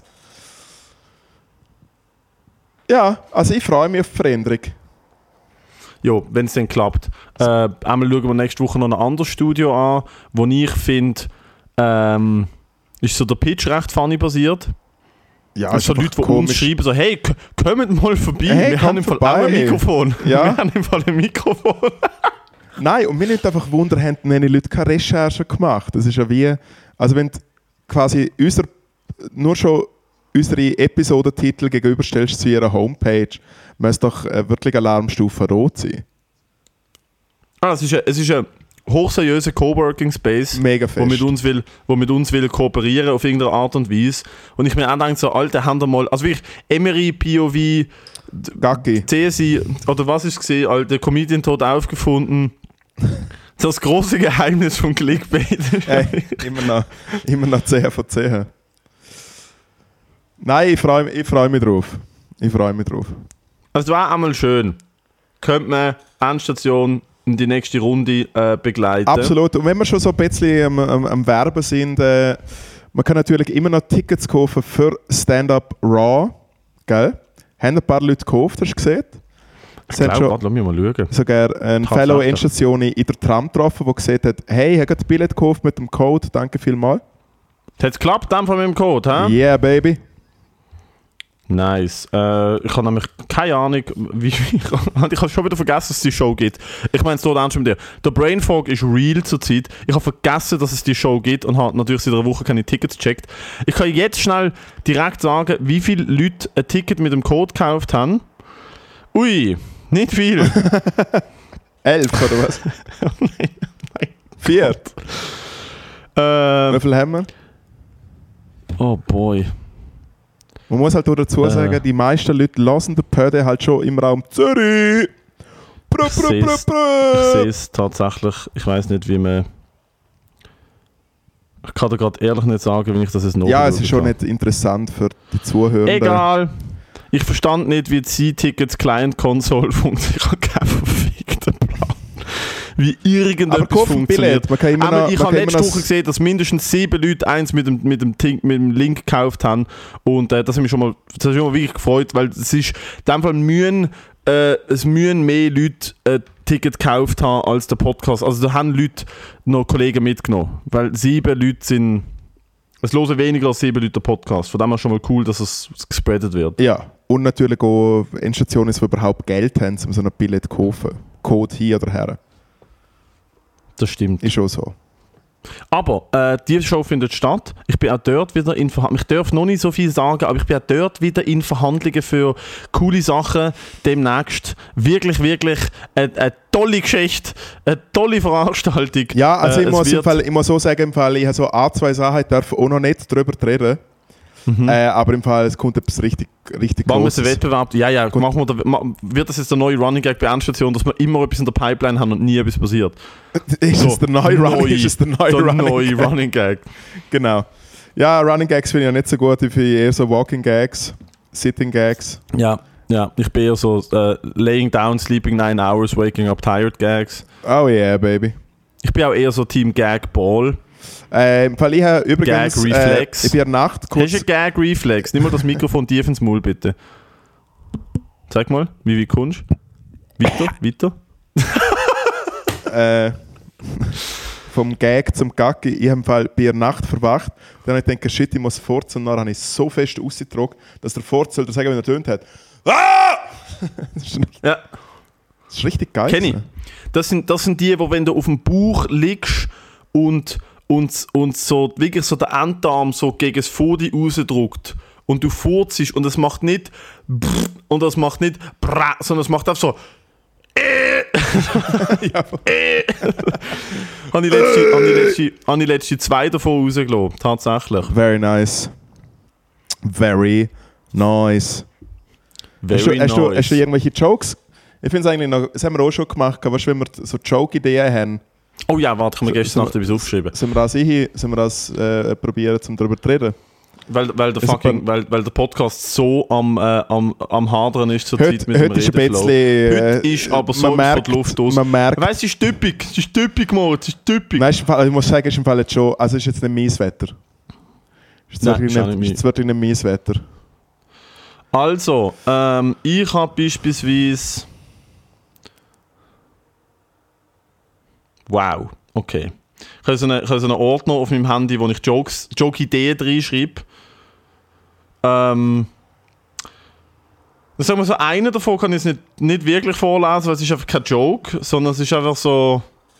Ja, also ich freue mich auf die Veränderung. Ja, wenn es dann klappt. Einmal schauen wir nächste Woche noch ein anderes Studio an, wo ich finde, ist so der Pitch recht funny basiert. Ja, also Leute, die uns schreiben, so, hey, kommt mal vorbei, hey, wir haben im Fall auch ein Mikrofon. Ja. Wir haben im Fall ein Mikrofon. Nein, und mir nicht einfach wundern, haben die Leute keine Recherche gemacht. Das ist ja wie, also wenn du quasi nur schon unsere Episodentitel gegenüberstellst zu ihrer Homepage, muss doch wirklich Alarmstufe rot sein. Es ist ein hochseriöser Coworking Space, mega fest, wo mit uns will kooperieren auf irgendeine Art und Weise. Und ich mir auch denke, so, Alter, haben wir mal, also wirklich Emery, POV, Gacki, CSI, oder was ist gesehen, Alter, Comedian tot aufgefunden. Das große Geheimnis von Clickbait. Hey, immer noch 10 von 10. Nein, ich freu mich drauf. Also, es war einmal schön. Könnte man Endstation in die nächste Runde begleiten. Absolut. Und wenn wir schon so ein bisschen am Werben sind, man kann natürlich immer noch Tickets kaufen für Stand-Up Raw. Gell? Haben ein paar Leute gekauft, hast du gesehen? Ich glaube, lass mich mal schauen. Sogar ein Fellow Endstation in der Tram getroffen, der gesagt hat, hey, ich habe ein Billett gekauft mit dem Code, danke vielmals. Hat es geklappt, dann von meinem Code, hä? Yeah, baby. Nice. Ich habe nämlich keine Ahnung, ich habe schon wieder vergessen, dass es die Show gibt. Ich meine, es tut ernst mit dir. Der Brain Fog ist real zurzeit. Ich habe vergessen, dass es die Show gibt und habe natürlich seit einer Woche keine Tickets gecheckt. Ich kann jetzt schnell direkt sagen, wie viele Leute ein Ticket mit dem Code gekauft haben. Ui, nicht viel. 11 oder was? Nein. 4. Wie viel haben wir? Oh boy. Man muss halt auch dazu sagen, die meisten Leute lassen den Pöde halt schon im Raum Zürich. Ich sehe es tatsächlich. Ich weiß nicht, wie man... Ich kann dir gerade ehrlich nicht sagen, wie ich das jetzt noch... Ja, es ist schon nicht interessant für die Zuhörer. Egal. Ich verstand nicht, wie die C-Tickets Client-Console funktioniert. Ich habe keinen verfickten Plan. Wie irgendetwas funktioniert. Man kann immer noch, ich habe letzte Woche gesehen, dass mindestens 7 Leute eins mit dem Link gekauft haben. Und das hat mich schon mal wirklich gefreut, weil es ist in dem Fall es müssen mehr Leute ein Ticket gekauft haben als der Podcast. Also da haben Leute noch Kollegen mitgenommen. Weil 7 Leute sind... Es hören weniger als 7 Leute den Podcast. Von dem her schon mal cool, dass es gespreadet wird. Ja, und natürlich auch Endstationen, die überhaupt Geld haben, um so ein Billett zu kaufen. Code hier oder her. Das stimmt. Ist auch so. Aber diese Show findet statt. Ich bin auch dort wieder in Verhandlungen. Ich darf noch nicht so viel sagen, aber ich bin auch dort wieder in Verhandlungen für coole Sachen. Demnächst wirklich eine tolle Geschichte, eine tolle Veranstaltung. Ja, also ich muss so sagen, ich habe so A2 Sachen, ich darf auch noch nicht drüber reden. Aber im Fall, es kommt etwas richtig Großes. Wettbewerb, wird das jetzt der neue Running Gag bei Endstation, dass wir immer etwas in der Pipeline haben und nie etwas passiert? Ist es der neue Running Gag? Genau. Ja, Running Gags finde ich ja nicht so gut, ich finde eher so Walking Gags, Sitting Gags. Ja, ich bin eher so Laying Down, Sleeping 9 Hours, Waking Up Tired Gags. Oh yeah, baby. Ich bin auch eher so Team Gag Ball. Im Fall ich habe übrigens... Gag Reflex. Ich bin in der Nacht kurz... Hast du einen Gag Reflex? Nimm mal das Mikrofon tief ins Maul, bitte. Zeig mal, wie kommst du? Weiter. Vom Gag zum Gaggi. Ich habe im Fall bei der Nacht verwacht. Dann habe ich gedacht, shit, ich muss furzen. Und dann habe ich so fest ausgedrückt, dass der Furz soll sagen, wenn er tönt hat. Ah! Ja. Das ist richtig geil. Kenny. Das sind die, wo wenn du auf dem Bauch liegst und so wirklich so der Endarm so gegen das Fodi rausdrückt und du furzst und es macht nicht und das macht nicht sondern es macht einfach so habe ich letzte 2 davon rausgelassen, tatsächlich. Very nice. Hast du irgendwelche Jokes? Ich finde es eigentlich noch, das haben wir auch schon gemacht, aber wenn wir so Joke-Ideen haben. Oh ja, warte, ich habe mir gestern Nacht etwas aufgeschrieben. Sollen wir das probieren, um darüber zu reden? Weil der Podcast so am Hadern ist zur Zeit mit dem Redenflow. Heute ist aber so von der Luft aus. Man merkt... Weißt du, es ist typisch, Mann, es ist typisch. Nein, ich muss sagen, es ist im Fall jetzt schon... Also es ist jetzt nicht mies Wetter. Es ist jetzt wirklich nicht mies Wetter. Also, ich habe beispielsweise... Wow, okay. Ich habe so einen Ordner auf meinem Handy, wo ich Joke-Ideen reinschreibe. Sagen wir so, einen davon kann ich jetzt nicht wirklich vorlesen, weil es ist einfach kein Joke, sondern es ist einfach so...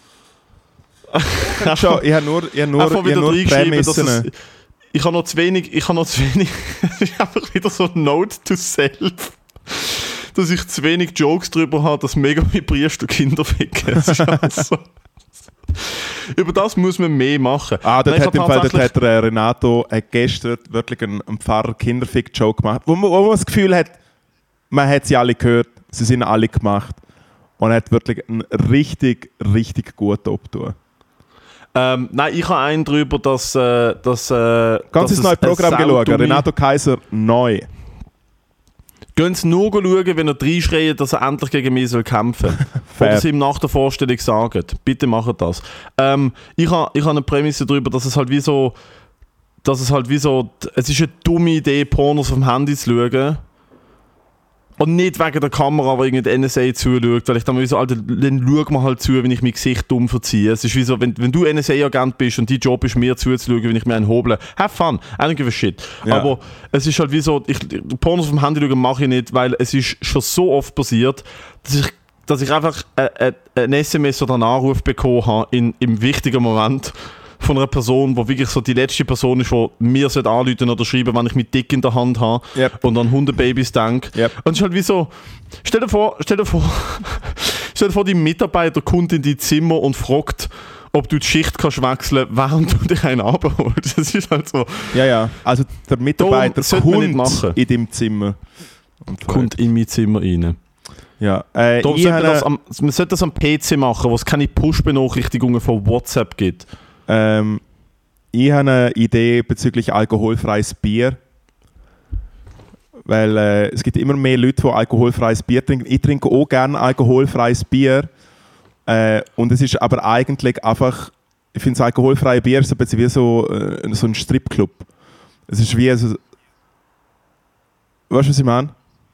Ich habe nur Prämissen. Ich habe noch zu wenig... Es ist einfach wieder so ein Note to self, dass ich zu wenig Jokes drüber habe, dass mega vibrierst du Kinder ficken. Es ist einfach so... Über das muss man mehr machen. Dort hat Renato gestern wirklich einen Pfarrer-Kinderfick-Joke gemacht, wo man das Gefühl hat, man hat sie alle gehört, sie sind alle gemacht und er hat wirklich einen richtig, richtig guten abgetan. Nein, ich habe einen darüber, dass Ganz ins neue Programm geschaut, Renato Kaiser neu. Gehen Sie nur schauen, wenn er reinschreit, dass er endlich gegen mich kämpfen soll. Oder Sie ihm nach der Vorstellung sagen. Bitte macht das. Ich habe eine Prämisse darüber, dass es halt wie so... es ist eine dumme Idee, Pornos auf dem Handy zu schauen. Und nicht wegen der Kamera, die irgendwie die NSA zuschaut, weil ich dann so, Alter, dann schau mal halt zu, wenn ich mein Gesicht dumm verziehe. Es ist wie so, wenn du NSA-Agent bist und dein Job ist, mir zuzuschauen, wenn ich mir einen hoble. Have fun, I don't give a shit. Ja. Aber es ist halt wie so, Pornos auf dem Handy schauen mache ich nicht, weil es ist schon so oft passiert, dass ich einfach ein SMS oder einen Anruf bekommen habe im wichtigen Moment von einer Person, die wirklich so die letzte Person ist, die mir anrufen oder schreiben, wenn ich mit Dick in der Hand habe und an Hundebabys denke. Und es ist halt wie so, stell dir vor, die Mitarbeiter kommt in dein Zimmer und fragt, ob du die Schicht kannst wechseln, während du dich einen abholst. Das ist halt so. Ja, also der Mitarbeiter kommt in deinem Zimmer. Kommt in mein Zimmer rein. Ja, man sollte das am PC machen, wo es keine Push-Benachrichtigungen von WhatsApp gibt. Ich habe eine Idee bezüglich alkoholfreies Bier. Weil es gibt immer mehr Leute, die alkoholfreies Bier trinken. Ich trinke auch gerne alkoholfreies Bier. Und es ist aber eigentlich einfach, ich finde, das alkoholfreie Bier ist ein bisschen wie so ein Stripclub. Es ist wie so. Weißt du, was ich meine?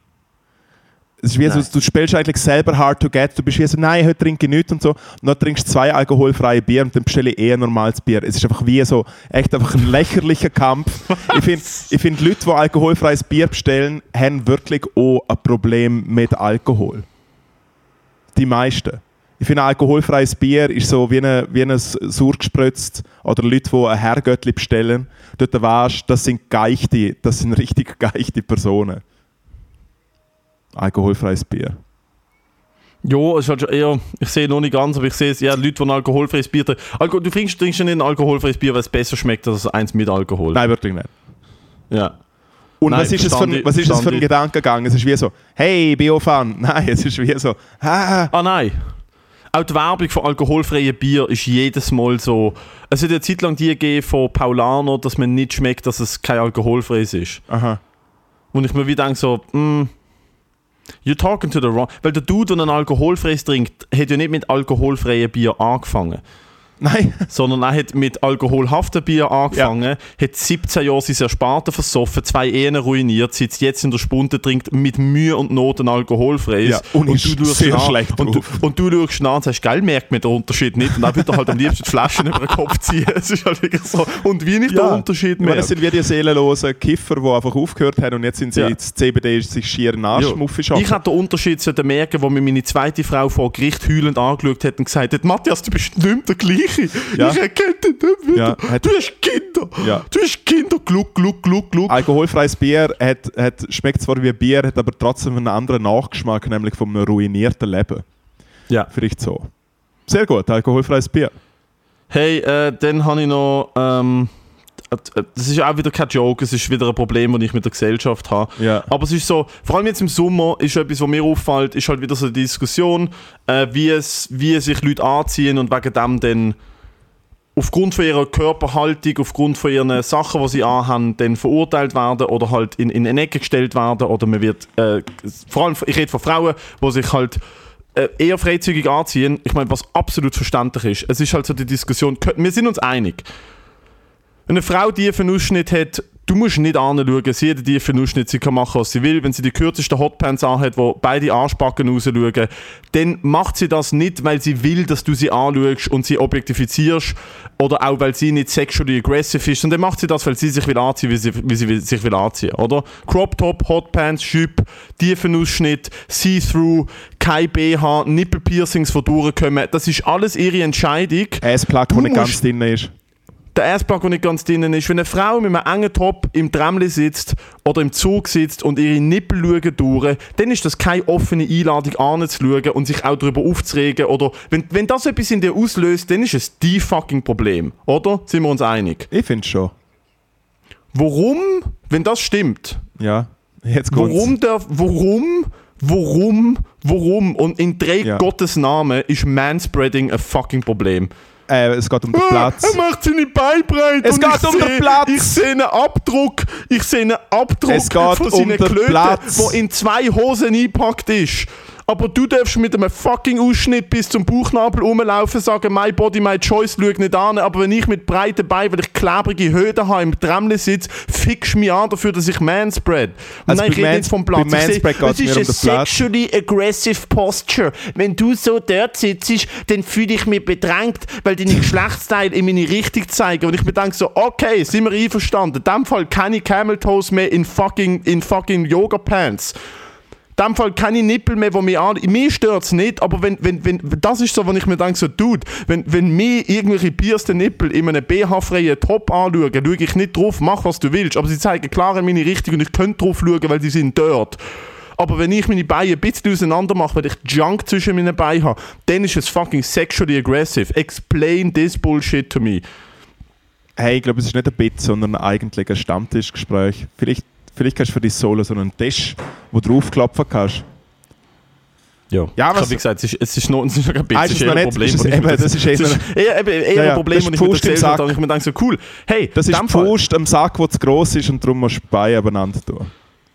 Es ist wie so, du spielst eigentlich selber hard to get. Du bist wie so, nein, heute trinke ich nichts und so. Und dann trinkst du 2 alkoholfreie Bier und dann bestelle ich eher normales Bier. Es ist einfach wie so, echt einfach ein lächerlicher Kampf. Ich find, Leute, die alkoholfreies Bier bestellen, haben wirklich auch ein Problem mit Alkohol. Die meisten. Ich finde, alkoholfreies Bier ist so wie ein Surgespritzt oder Leute, die ein Herrgöttli bestellen. Dort weißt du, das sind richtig geichte Personen. Alkoholfreies Bier. Ja, es ist halt schon eher, ich sehe noch nicht ganz, aber ich sehe es eher Leute, die ein alkoholfreies Bier trinken. Du trinkst ja nicht ein alkoholfreies Bier, weil es besser schmeckt als eins mit Alkohol. Nein, wirklich nicht. Ja. Und was ist es für ein Gedankengang? Es ist wie so, hey, Biofan. Nein, es ist wie so, nein. Auch die Werbung von alkoholfreiem Bier ist jedes Mal so. Es hat eine Zeit lang die gegeben von Paulaner, dass man nicht schmeckt, dass es kein alkoholfreies ist. Aha. Und ich mir wieder denke so, you're talking to the wrong. Weil der Dude, der ein alkoholfreies trinkt, hat ja nicht mit alkoholfreiem Bier angefangen. Nein. Sondern er hat mit alkoholhaftem Bier angefangen, hat 17 Jahre sein Ersparten versoffen, 2 Ehen ruiniert, sitzt jetzt in der Spunde, trinkt mit Mühe und Not ein alkoholfreies. Ja, und du schaust sehr schlecht und du schaust nach und sagst, geil, merkt man den Unterschied nicht. Und dann wird er halt am liebsten die Flaschen über den Kopf ziehen. Es ist halt wirklich so. Und wie nicht der Unterschied mehr. Das sind wie die seelenlosen Kiffer, die einfach aufgehört haben und jetzt sind sie jetzt CBD sich schier einen Arschmuffe schaffen. Ich hätte den Unterschied merken, wo mir meine zweite Frau vor Gericht heulend angeschaut hat und gesagt hat, Matthias, du bist nicht mehr der Gleiche. Ja. Ich erkenne dich nicht wieder. Ja, du hast Kinder. Ja. Du hast Kinder. Gluck. Alkoholfreies Bier schmeckt zwar wie Bier, hat aber trotzdem einen anderen Nachgeschmack, nämlich vom ruinierten Leben. Ja. Vielleicht so. Sehr gut, alkoholfreies Bier. Hey, dann habe ich noch... das ist auch wieder kein Joke, es ist wieder ein Problem, das ich mit der Gesellschaft habe. Ja. Aber es ist so, vor allem jetzt im Sommer, ist etwas, was mir auffällt, ist halt wieder so eine Diskussion, wie sich Leute anziehen und wegen dem dann aufgrund von ihrer Körperhaltung, aufgrund von ihren Sachen, die sie anhaben, dann verurteilt werden oder halt in eine Ecke gestellt werden. Oder man wird, vor allem, ich rede von Frauen, die sich halt eher freizügig anziehen. Ich meine, was absolut verständlich ist. Es ist halt so die Diskussion, wir sind uns einig. Wenn eine Frau tiefen Ausschnitt hat, du musst nicht anschauen, sie hat einen tiefen Ausschnitt, sie kann machen, was sie will. Wenn sie die kürzesten Hotpants anhat, wo beide Arschbacken rausschauen, dann macht sie das nicht, weil sie will, dass du sie anschaust und sie objektifizierst oder auch, weil sie nicht sexually aggressive ist, sondern dann macht sie das, weil sie sich will anziehen, wie sie sich will anziehen, oder? Crop Top, Hotpants, Schüpp, tiefen Ausschnitt, See-Through, kein BH, Nippelpiercings, die durchkommen, das ist alles ihre Entscheidung. Ass-Plug, der nicht ganz drin ist. Der Ass-Plug, der nicht ganz drin ist. Wenn eine Frau mit einem engen Top im Tramli sitzt oder im Zug sitzt und ihre Nippel schauen durch, dann ist das keine offene Einladung anzuschauen und sich auch darüber aufzuregen. Oder wenn das etwas in dir auslöst, dann ist es die fucking Problem. Oder? Sind wir uns einig? Ich finde schon. Warum, wenn das stimmt? Ja, jetzt kommt's. Warum und in 3 Gottes Namen ist Manspreading ein fucking Problem? Es geht um den Platz. Er macht seine Beine breit. Es geht um den Platz. Ich sehe einen Abdruck. Es geht von seinen um den Klöten, Platz. der in 2 Hosen eingepackt ist. Aber du darfst mit einem fucking Ausschnitt bis zum Bauchnabel rumlaufen, sagen, my body, my choice, schau nicht an. Aber wenn ich mit breiten Beinen, weil ich klebrige Höhen habe, im Tramle sitze, fickst du mich an dafür, dass ich manspread. Also nein, ich rede jetzt vom Platz. Bei Manspread geht es mir um den Platz. Sexually aggressive posture. Wenn du so dort sitzt, dann fühle ich mich bedrängt, weil deine Geschlechtsteile in meine Richtung zeigen. Und ich mir denke so, okay, sind wir einverstanden. In dem Fall keine Camel Toes mehr in fucking Yoga Pants. In dem Fall keine Nippel mehr, die mich an... Mir stört es nicht, aber wenn... Das ist so, wenn ich mir denke, so, Dude, wenn mir irgendwelche piersten Nippel in einem BH-freien Top anschauen, schaue ich nicht drauf, mach was du willst, aber sie zeigen klar in meine Richtung und ich könnte drauf schauen, weil die sind dort. Aber wenn ich meine Beine ein bisschen auseinander mache, weil ich Junk zwischen meinen Beinen habe, dann ist es fucking sexually aggressive. Explain this bullshit to me. Hey, ich glaube, es ist nicht ein Bit, sondern eigentlich ein Stammtischgespräch. Vielleicht kannst du für dein Solo so einen Tisch, wo du draufklopfen kannst. Ja, ich habe gesagt, es ist noch ein bisschen ein Problem. Das ist eher ein Problem, und ich mir erzählt habe. Ich mir denke so, cool, hey, das ist Pust am Sack, der zu gross ist und darum musst du die Beine übereinander tun.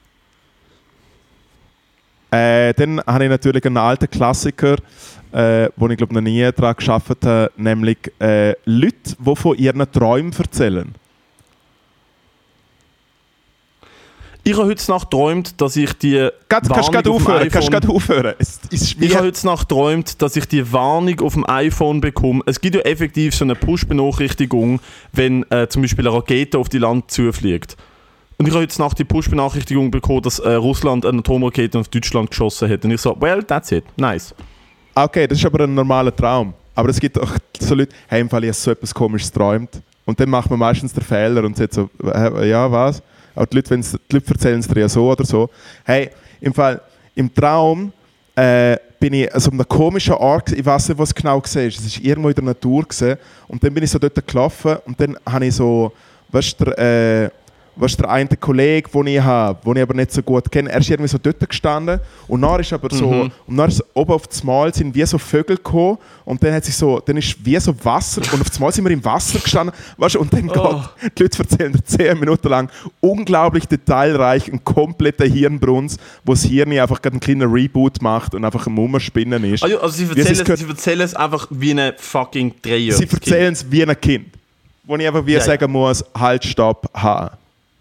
Dann habe ich natürlich einen alten Klassiker, wo ich glaube noch nie daran gearbeitet habe, nämlich Leute, die von ihren Träumen erzählen. Ich habe heute Nacht geträumt, dass ich die Kannst du gerade aufhören? Ich habe heute Nacht geträumt, dass ich die Warnung auf dem iPhone bekomme. Es gibt ja effektiv so eine Push-Benachrichtigung, wenn zum Beispiel eine Rakete auf die Land zufliegt. Und ich habe heute Nacht die Push-Benachrichtigung bekommen, dass Russland eine Atomrakete auf Deutschland geschossen hat. Und ich so, well, that's it. Nice. Okay, das ist aber ein normaler Traum. Aber es gibt auch so Leute, hey, im Fall, ich habe so etwas Komisches geträumt. Und dann macht man meistens den Fehler und sagt so, ja, was? Aber die Leute erzählen es dir ja so oder so. Hey, im Fall, im Traum bin ich also an einem komischen Ort, ich weiß nicht, was genau gesehen ist. Es war irgendwo in der Natur gewesen. Und dann bin ich so dort gelaufen und dann habe ich so, weißt du, der eine Kollege, den ich habe, den ich aber nicht so gut kenne, er ist irgendwie so dort gestanden und dann ist aber so, und dann ist oben auf das Mal sind wie so Vögel gekommen und dann dann ist wie so Wasser und auf das Mal sind wir im Wasser gestanden, weißt du, und dann die Leute erzählen dir 10 Minuten lang unglaublich detailreich einen kompletten Hirnbrunz, wo das Hirn einfach gerade einen kleinen Reboot macht und einfach ein Mummerspinnen ist. Also sie erzählen es einfach wie ein fucking 3-jähriges Sie erzählen es wie ein Kind, wo ich einfach sagen muss, halt, stopp, ha.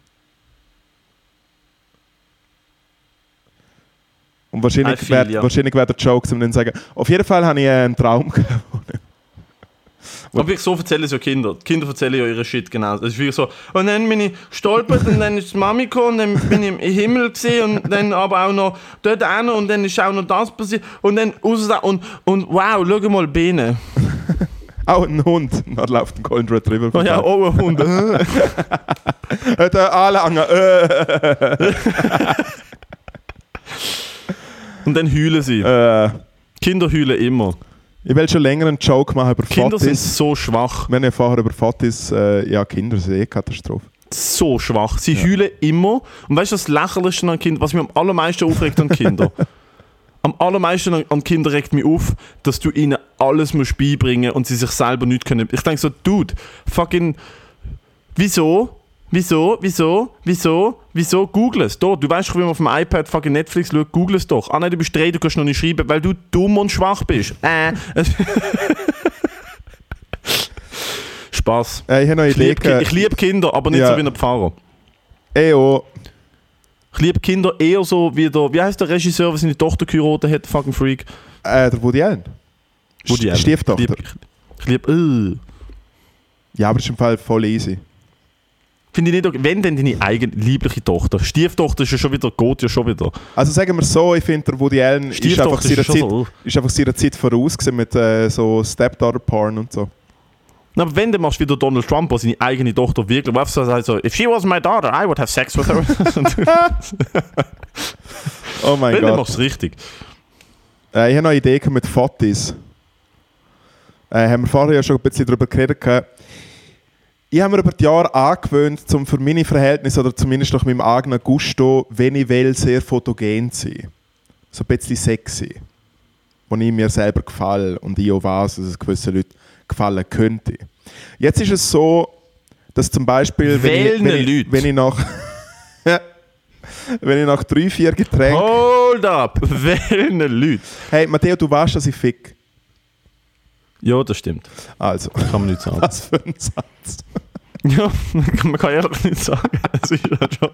Und wahrscheinlich wäre der Joke, um dann zu sagen, auf jeden Fall habe ich einen Traum gehabt. Aber ich so erzählen es ja Kinder. Die Kinder erzählen ja ihre Shit genau. Das ist wie so, und dann bin ich gestolpert und dann ist die Mami gekommen und dann bin ich im Himmel gesehen und dann aber auch noch dort hin und dann ist auch noch das passiert und dann raus und wow, schau mal, Beine. Auch ein Hund. Da läuft ein Golden Retriever. Oh ja, auch ein Hund. Der Anlanger. Und dann heulen sie. Kinder heulen immer. Ich will schon länger einen Joke machen über Kinder Fotos. Sind so schwach. Wir haben ja vorher über Fotos, Kinder sind Katastrophe. So schwach. Sie heulen immer. Und weißt du, das Lächerlichste an Kindern, was mich am allermeisten aufregt an Kindern? Am allermeisten an Kindern regt mich auf, dass du ihnen alles musst beibringen und sie sich selber nichts können. Ich denke so, Dude, fucking, wieso? Google es. Du weißt doch, wie man auf dem iPad fucking Netflix schaut, google es doch. Ah nein, du bist 3, du kannst noch nicht schreiben, weil du dumm und schwach bist. Spaß. Ich habe noch eine Idee. Ich liebe Kinder, aber nicht so wie ein Pfarrer. Oh. Ich liebe Kinder eher so wie wie heißt der Regisseur, der seine Tochter geheiratet hat, fucking Freak? Der Woody Allen. Stieftochter. Ich liebe. Ja, aber das ist im Fall voll easy. Finde ich nicht okay. Wenn denn deine eigene liebliche Tochter? Stieftochter ist ja schon wieder, geht ja schon wieder. Also sagen wir so, ich finde, der Woody Allen ist einfach seiner Zeit voraus mit so Stepdaughter-Porn und so. Na, aber wenn, dann machst du wieder Donald Trump, der seine eigene Tochter wirklich sagt so, if she was my daughter, I would have sex with her. Oh mein Gott. Wenn, dann machst du es richtig. Ich habe noch eine Idee mit Fotos. Haben wir vorher ja schon ein bisschen darüber geredet. Ich habe mir über die Jahre angewöhnt, um für meine Verhältnisse oder zumindest nach meinem eigenen Gusto, wenn ich will, sehr fotogen zu sein. So ein bisschen sexy. Wo ich mir selber gefalle und ich auch weiss, dass es gewisse Leute gefallen könnte. Jetzt ist es so, dass zum Beispiel, wenn ich nach 3-4 Getränken... Hold up! Welchen Leute? Hey, Matteo, du weißt, dass ich fick. Ja, das stimmt. Also. Kann man nicht sagen. Was für ein Satz. Ja, man kann ehrlich nicht sagen. Es ist ja schon...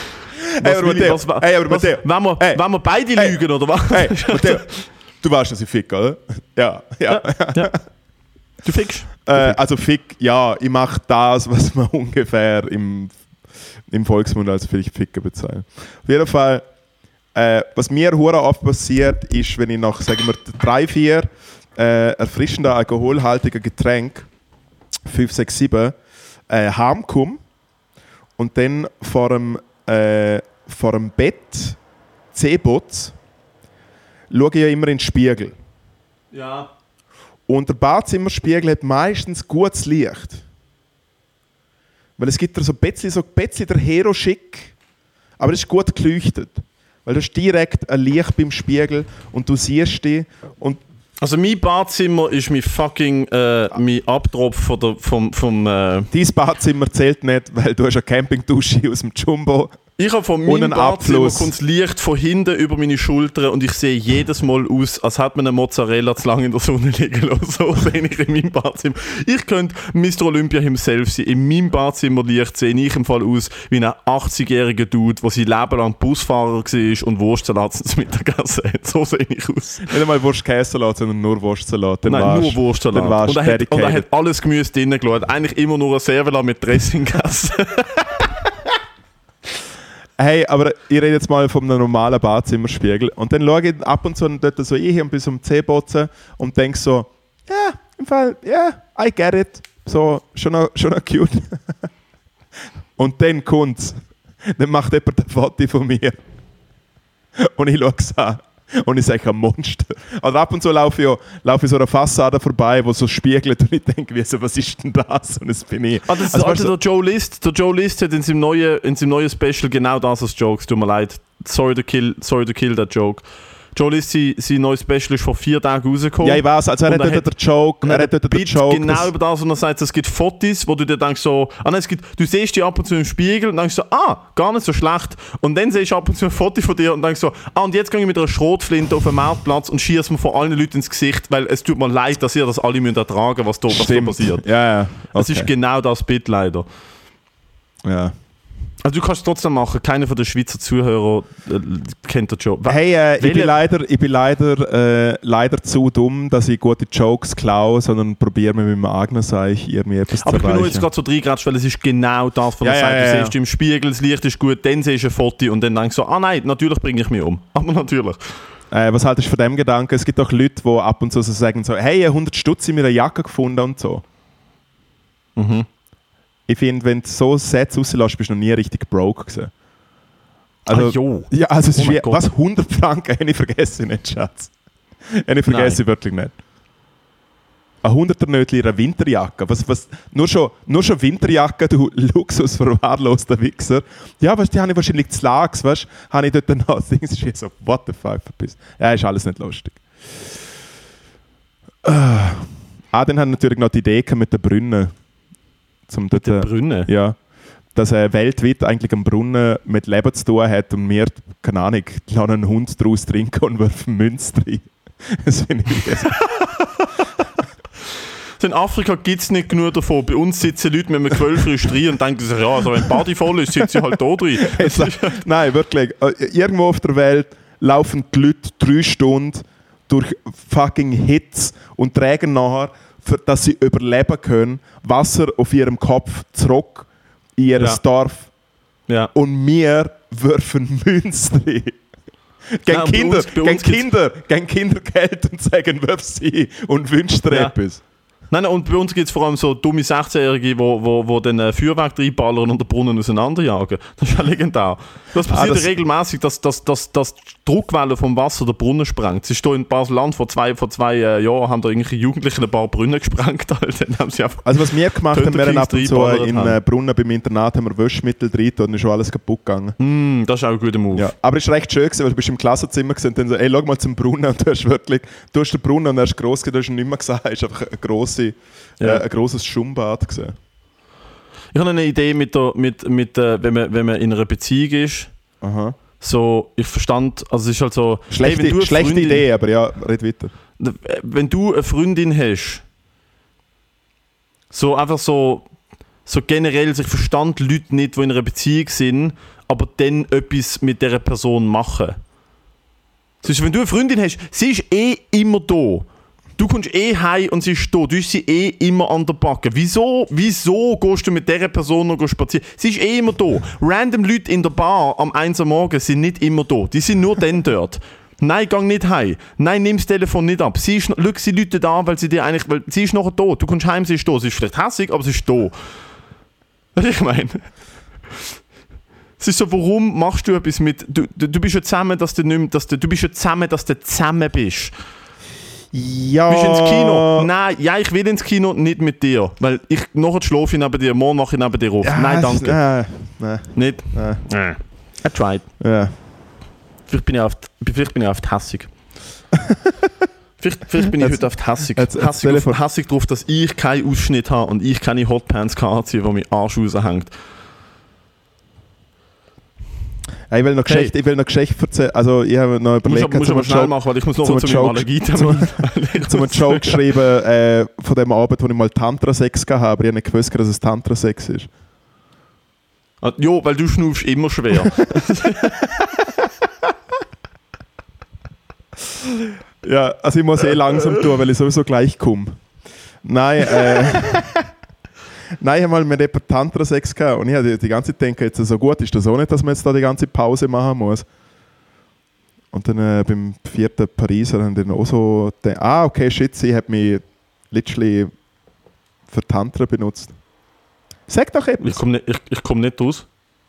Aber Matteo. Wenn wir beide lügen, oder was? Hey, Matteo, du weißt, dass ich fick, oder? Ja. Du fickst? Also fick, ja, ich mache das, was man ungefähr im Volksmund als Ficken bezeichnet. Auf jeden Fall, was mir hure oft passiert, ist, wenn ich nach, sagen wir, 3-4 erfrischender, alkoholhaltiger Getränk, 5, 6, 7, heimkomme und dann vor dem Bett Zehputz schaue ich ja immer in den Spiegel. Ja. Und der Badzimmerspiegel hat meistens gutes Licht. Weil es gibt da so ein bisschen der Hero-Schick, aber es ist gut geleuchtet. Weil du hast direkt ein Licht beim Spiegel und du siehst dich. Und also mein Badzimmer ist mein fucking mein Abtropf vom dein Badzimmer zählt nicht, weil du hast eine Campingdusche aus dem Jumbo. Ich habe von meinem Badzimmer kommt das Licht von hinten über meine Schultern und ich sehe jedes Mal aus, als hätte man eine Mozzarella zu lange in der Sonne liegen lassen. So sehe ich in meinem Badzimmer. Ich könnte Mr. Olympia himself sein. In meinem Badzimmerlicht sehe ich im Fall aus wie ein 80-jähriger Dude, der sein Leben lang Busfahrer war und Wurstsalat zum Mittagessen hat. So sehe ich aus. Nicht einmal Wurst-Käsesalat, sondern nur Wurstsalat. Nein, nur Wurstsalat. Und er hat alles Gemüse drin gelassen. Eigentlich immer nur ein Servela mit Dressing gegessen. Hey, aber ich rede jetzt mal von einem normalen Badzimmerspiegel. Und dann schaue ich ab und zu dort so hin bis um 10 putzen und denke so, ja, im Fall, ja, I get it. So, schon noch cute. Und dann kommt's. Dann macht jemand ein Foto von mir. Und ich schaue es an. Und ich sage, ein Monster. Also ab und zu laufe ich so einer Fassade vorbei, wo so spiegelt und ich denke, was ist denn das? Und das bin ich. Das ist also der Joe List. Der Joe List hat in seinem neuen Special genau das als Jokes. Tut mir leid. Sorry to kill that joke. Joe List, sein neues Special ist vor 4 Tagen rausgekommen. Ja, ich weiß. Also er hat dort den Joke. Genau über das, und er sagt, es gibt Fotos, wo du dir denkst so, du siehst dich ab und zu im Spiegel und denkst so, gar nicht so schlecht. Und dann siehst du ab und zu ein Foto von dir und denkst so, und jetzt gehe ich mit einer Schrotflinte auf den Marktplatz und schieße mir vor allen Leuten ins Gesicht, weil es tut mir leid, dass ihr das alle ertragen müsst, was da passiert. Ja. Okay. Es ist genau das Bild leider. Ja. Also du kannst es trotzdem machen, keiner von den Schweizer Zuhörern kennt den Joke. Hey, ich bin leider zu dumm, dass ich gute Jokes klaue, sondern probiere mir mit meinem eigenen Seich irgendwie etwas zu erreichen. Aber ich bin nur jetzt gerade so reingeratscht, weil es ist genau das, was er sagt. Du siehst im Spiegel, das Licht ist gut, dann siehst du ein Foto und dann denkst du so, nein, natürlich bringe ich mich um. Aber natürlich. Was haltest du von dem Gedanken? Es gibt auch Leute, die ab und zu so sagen so, hey, 100 Stutz in meiner Jacke gefunden und so. Mhm. Ich finde, wenn du so Sätze rauslässt, bist du noch nie richtig broke gewesen. Also, ja, also es ist wie, was, 100 Franken? Habe ich vergessen nicht, Schatz. Habe ich vergessen wirklich nicht. Ein 100er-Nötchen in einer Winterjacke. Nur schon Winterjacke, du luxusverwahrloster Wichser. Ja, weißt, die habe ich wahrscheinlich zu Lags, weißt du? Habe ich dort dann noch Dings, ist wie so, what the fuck, verpiss. Ja, ist alles nicht lustig. Dann haben wir natürlich noch die Idee mit den Brunnen. Mit den Brunnen? Ja. Dass weltweit eigentlich ein Brunnen mit Leben zu tun hat und wir, keine Ahnung, lassen einen Hund daraus trinken und werfen Münze rein. Das finde ich in Afrika gibt es nicht genug davon. Bei uns sitzen Leute mit einem Quellfrisch drin und denken sich, ja, also wenn die Body voll ist, sitzen sie halt da drin. Nein, wirklich. Irgendwo auf der Welt laufen die Leute 3 Stunden durch fucking Hitze und tragen nachher, für dass sie überleben können, Wasser auf ihrem Kopf zurück in ihr Dorf. Ja. Und wir werfen Münzen rein. Gegen Kinder Geld und sagen, wirf sie und wünsch dir etwas. Nein, und bei uns gibt es vor allem so dumme 16-Jährige, die dann Feuerwerk reinballern und den Brunnen auseinanderjagen. Das ist ja legendär. Das passiert regelmäßig, dass die Druckwelle vom Wasser den Brunnen sprengt. Es ist hier in Basel-Land vor zwei Jahren, haben da irgendwelche Jugendlichen ein paar Brunnen gesprengt. Dann haben sie also was wir gemacht haben, wir haben ab und zu in Brunnen beim Internat haben wir Wäschmittel drin und dann ist schon alles kaputt gegangen. Das ist auch ein guter Move. Ja, aber es war recht schön, weil du bist im Klassenzimmer und dann so, ey, schau mal zum Brunnen und du hast den Brunnen und er ist gross, du hast ihn nicht mehr gesehen, er ist einfach ein grosser grosses Schwimmbad gesehen. Ich habe eine Idee wenn man in einer Beziehung ist. Aha. So, ich verstand, also es ist halt so... Schlechte Idee, aber ja, red weiter. Wenn du eine Freundin hast, so einfach so generell, also ich verstand Leute nicht, die in einer Beziehung sind, aber dann etwas mit dieser Person machen. Das ist, wenn du eine Freundin hast, sie ist immer da. Du kommst heim und sie ist da. Du hast sie immer an der Backe. Wieso gehst du mit dieser Person noch spazieren? Sie ist immer da. Random Leute in der Bar am 1 Uhr morgens sind nicht immer da. Die sind nur dann dort. Nein, geh nicht heim. Nein, nimm das Telefon nicht ab. Sie läutet an, weil sie ist noch da. Du kommst heim, sie ist da. Sie ist vielleicht hässlich, aber sie ist da. Was ich meine? Es ist so, warum machst du etwas mit... Du bist ja zusammen, dass du zusammen bist. Ja. Bist du ins Kino? Nein, ja, ich will ins Kino, nicht mit dir. Weil nachher schlafe ich neben dir, morgen mache ich neben dir auf. Ja, nein, danke. Nein. Nicht? Nein. I tried. Ja. Vielleicht bin ich oft hässig. Vielleicht bin ich heute oft hässig. Hässig darauf, dass ich keinen Ausschnitt habe und ich keine Hotpants anziehe, die mein Arsch raushängt. Ich will noch Geschichte erzählen. Also ich habe noch überlegt... Ich muss aber schnell machen, weil ich muss noch zu meinem Allergietermin. Zum einen Joke geschrieben von dem Abend, wo ich mal Tantra-Sex hatte, aber ich habe nicht gewusst, dass es Tantra-Sex ist. Ja, weil du schnaufst immer schwer. Ja, also ich muss langsam tun, weil ich sowieso gleich komme. Nein, Nein, ich habe mal mit jemandem Tantra-Sex gehabt und ich habe die ganze Zeit gedacht, jetzt so gut ist das auch nicht, dass man jetzt da die ganze Pause machen muss. Und dann beim 4. Pariser haben dann auch so gedacht, okay, shit, sie hat mich literally für Tantra benutzt. Sag doch etwas. Ich komm nicht raus.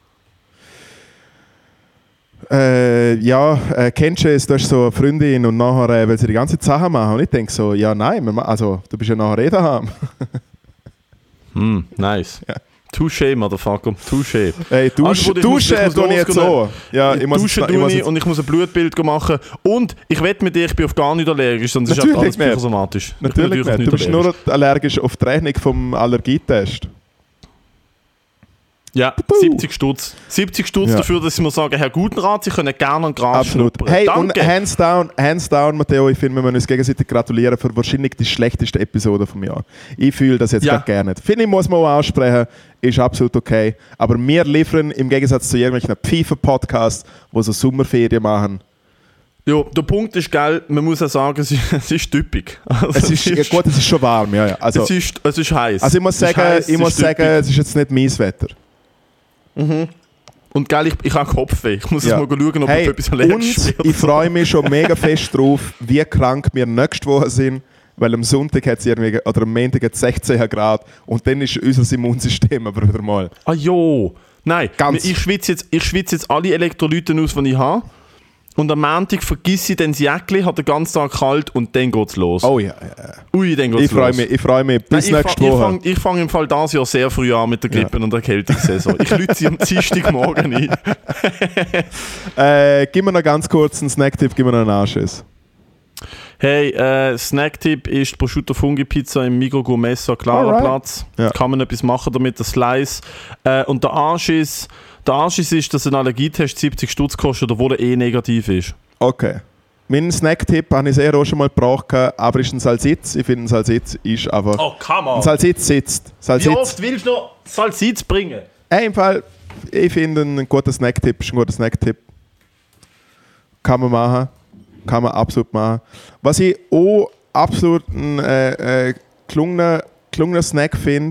Kennst du es, du hast so eine Freundin und nachher will sie die ganze Zeit Sachen machen und ich denke so, ja nein, also du bist ja nachher daheim. Nice. Ja. Touché, Motherfucker. Touché. Hey, Dusche tue ich jetzt so. Ja, ich muss und ich muss ein Blutbild machen. Und ich wette mit dir, ich bin auf gar nicht allergisch, sonst ist alles psychosomatisch. Natürlich nicht. Du bist nur allergisch auf die Rechnung vom Allergietest. Ja, 70 Stutz. 70 Stutz dafür, dass sie mir sagen, Herr Gutenrat, Sie können gerne einen Gras schnuppern. Hey, danke. Und hands down, Matteo, ich finde, wir müssen uns gegenseitig gratulieren für wahrscheinlich die schlechteste Episode vom Jahr. Ich fühle das jetzt gerne nicht. Finde ich, muss man auch aussprechen, ist absolut okay. Aber wir liefern im Gegensatz zu irgendwelchen Pfeifen-Podcasts, die so Sommerferien machen. Ja, der Punkt ist, geil, man muss auch sagen, es ist typisch. Also es ist schon warm, ja. Also, es ist heiß. Also ich muss sagen, es ist jetzt nicht mies Wetter. Mhm. Und geil, ich habe Kopfweh. Ich muss jetzt mal schauen, ob ich etwas allergisch bin. Und ich freue mich schon mega fest drauf, wie krank wir nächste Woche sind, weil am Sonntag hat es irgendwie, oder am Montag hat es 16 Grad und dann ist unser Immunsystem aber wieder mal. Ah jo, nein, ich schwitze jetzt alle Elektrolyte aus, die ich habe. Und am Montag vergiss ich dann das Jäckchen, hat den ganzen Tag kalt und dann geht's los. Oh ja. Ui, dann geht's los. Ich freue mich bis nächste Woche. Ich fange im Fall dieses Jahr sehr früh an mit der Grippe und der Erkältungssaison. Ich lüte sie am Dienstagmorgen ein. Gib mir noch ganz kurz einen Snacktipp, gib mir noch einen Anschiss. Hey, Snacktipp ist die Prosciutto Fungi Pizza im Migros Gourmet Klaraplatz. Ja. Kann man etwas machen damit, der Slice. Und der Anschiss ist, dass ein Allergietest 70 Stutz kostet, obwohl er negativ ist. Okay. Mein Snacktipp habe ich sehr auch schon mal gebraucht, aber ist ein Salsitz. Ich finde, ein Salsitz ist einfach... Oh, come on! Ein Salsitz sitzt. Wie oft willst du noch Salsitz bringen? Im Fall, ich finde, ein guter Snacktipp ist ein guter Snacktipp. Kann man machen. Kann man absolut machen. Was ich auch absolut ein gelungener Snack finde,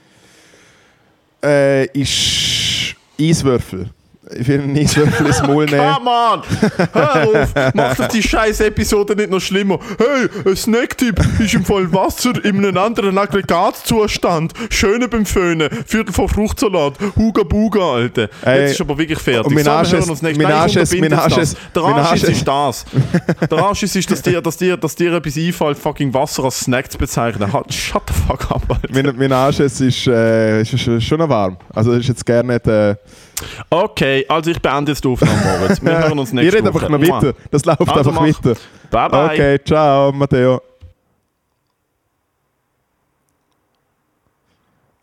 ist Eiswürfel. Ich finde einen Eiswürfel ins Maul nehmen. Come on! Hör auf! Mach doch die scheiß Episode nicht noch schlimmer. Hey, ein Snacktipp ist im Fall Wasser in einem anderen Aggregatzustand. Schöne beim Föhnen. Viertel von Fruchtsalat. Huga Buga, Alter. Jetzt ist aber wirklich fertig. Und der Anschiss ist das. Der Anschiss ist, dass dir etwas einfällt, fucking Wasser als Snack zu bezeichnen. Shut the fuck up, Alter. Mein Anschiss ist schon noch warm. Also das ist jetzt gerne nicht... Okay, also ich beende jetzt die Aufnahme, Moritz. Wir hören uns nächste Woche. Ihr redet einfach noch weiter. Das läuft einfach weiter. Bye bye. Okay, ciao, Matteo.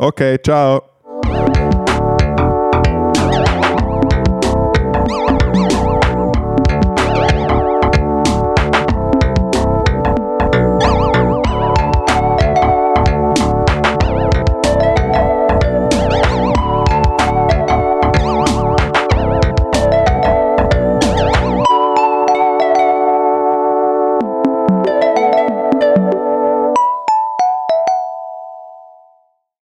Okay, ciao.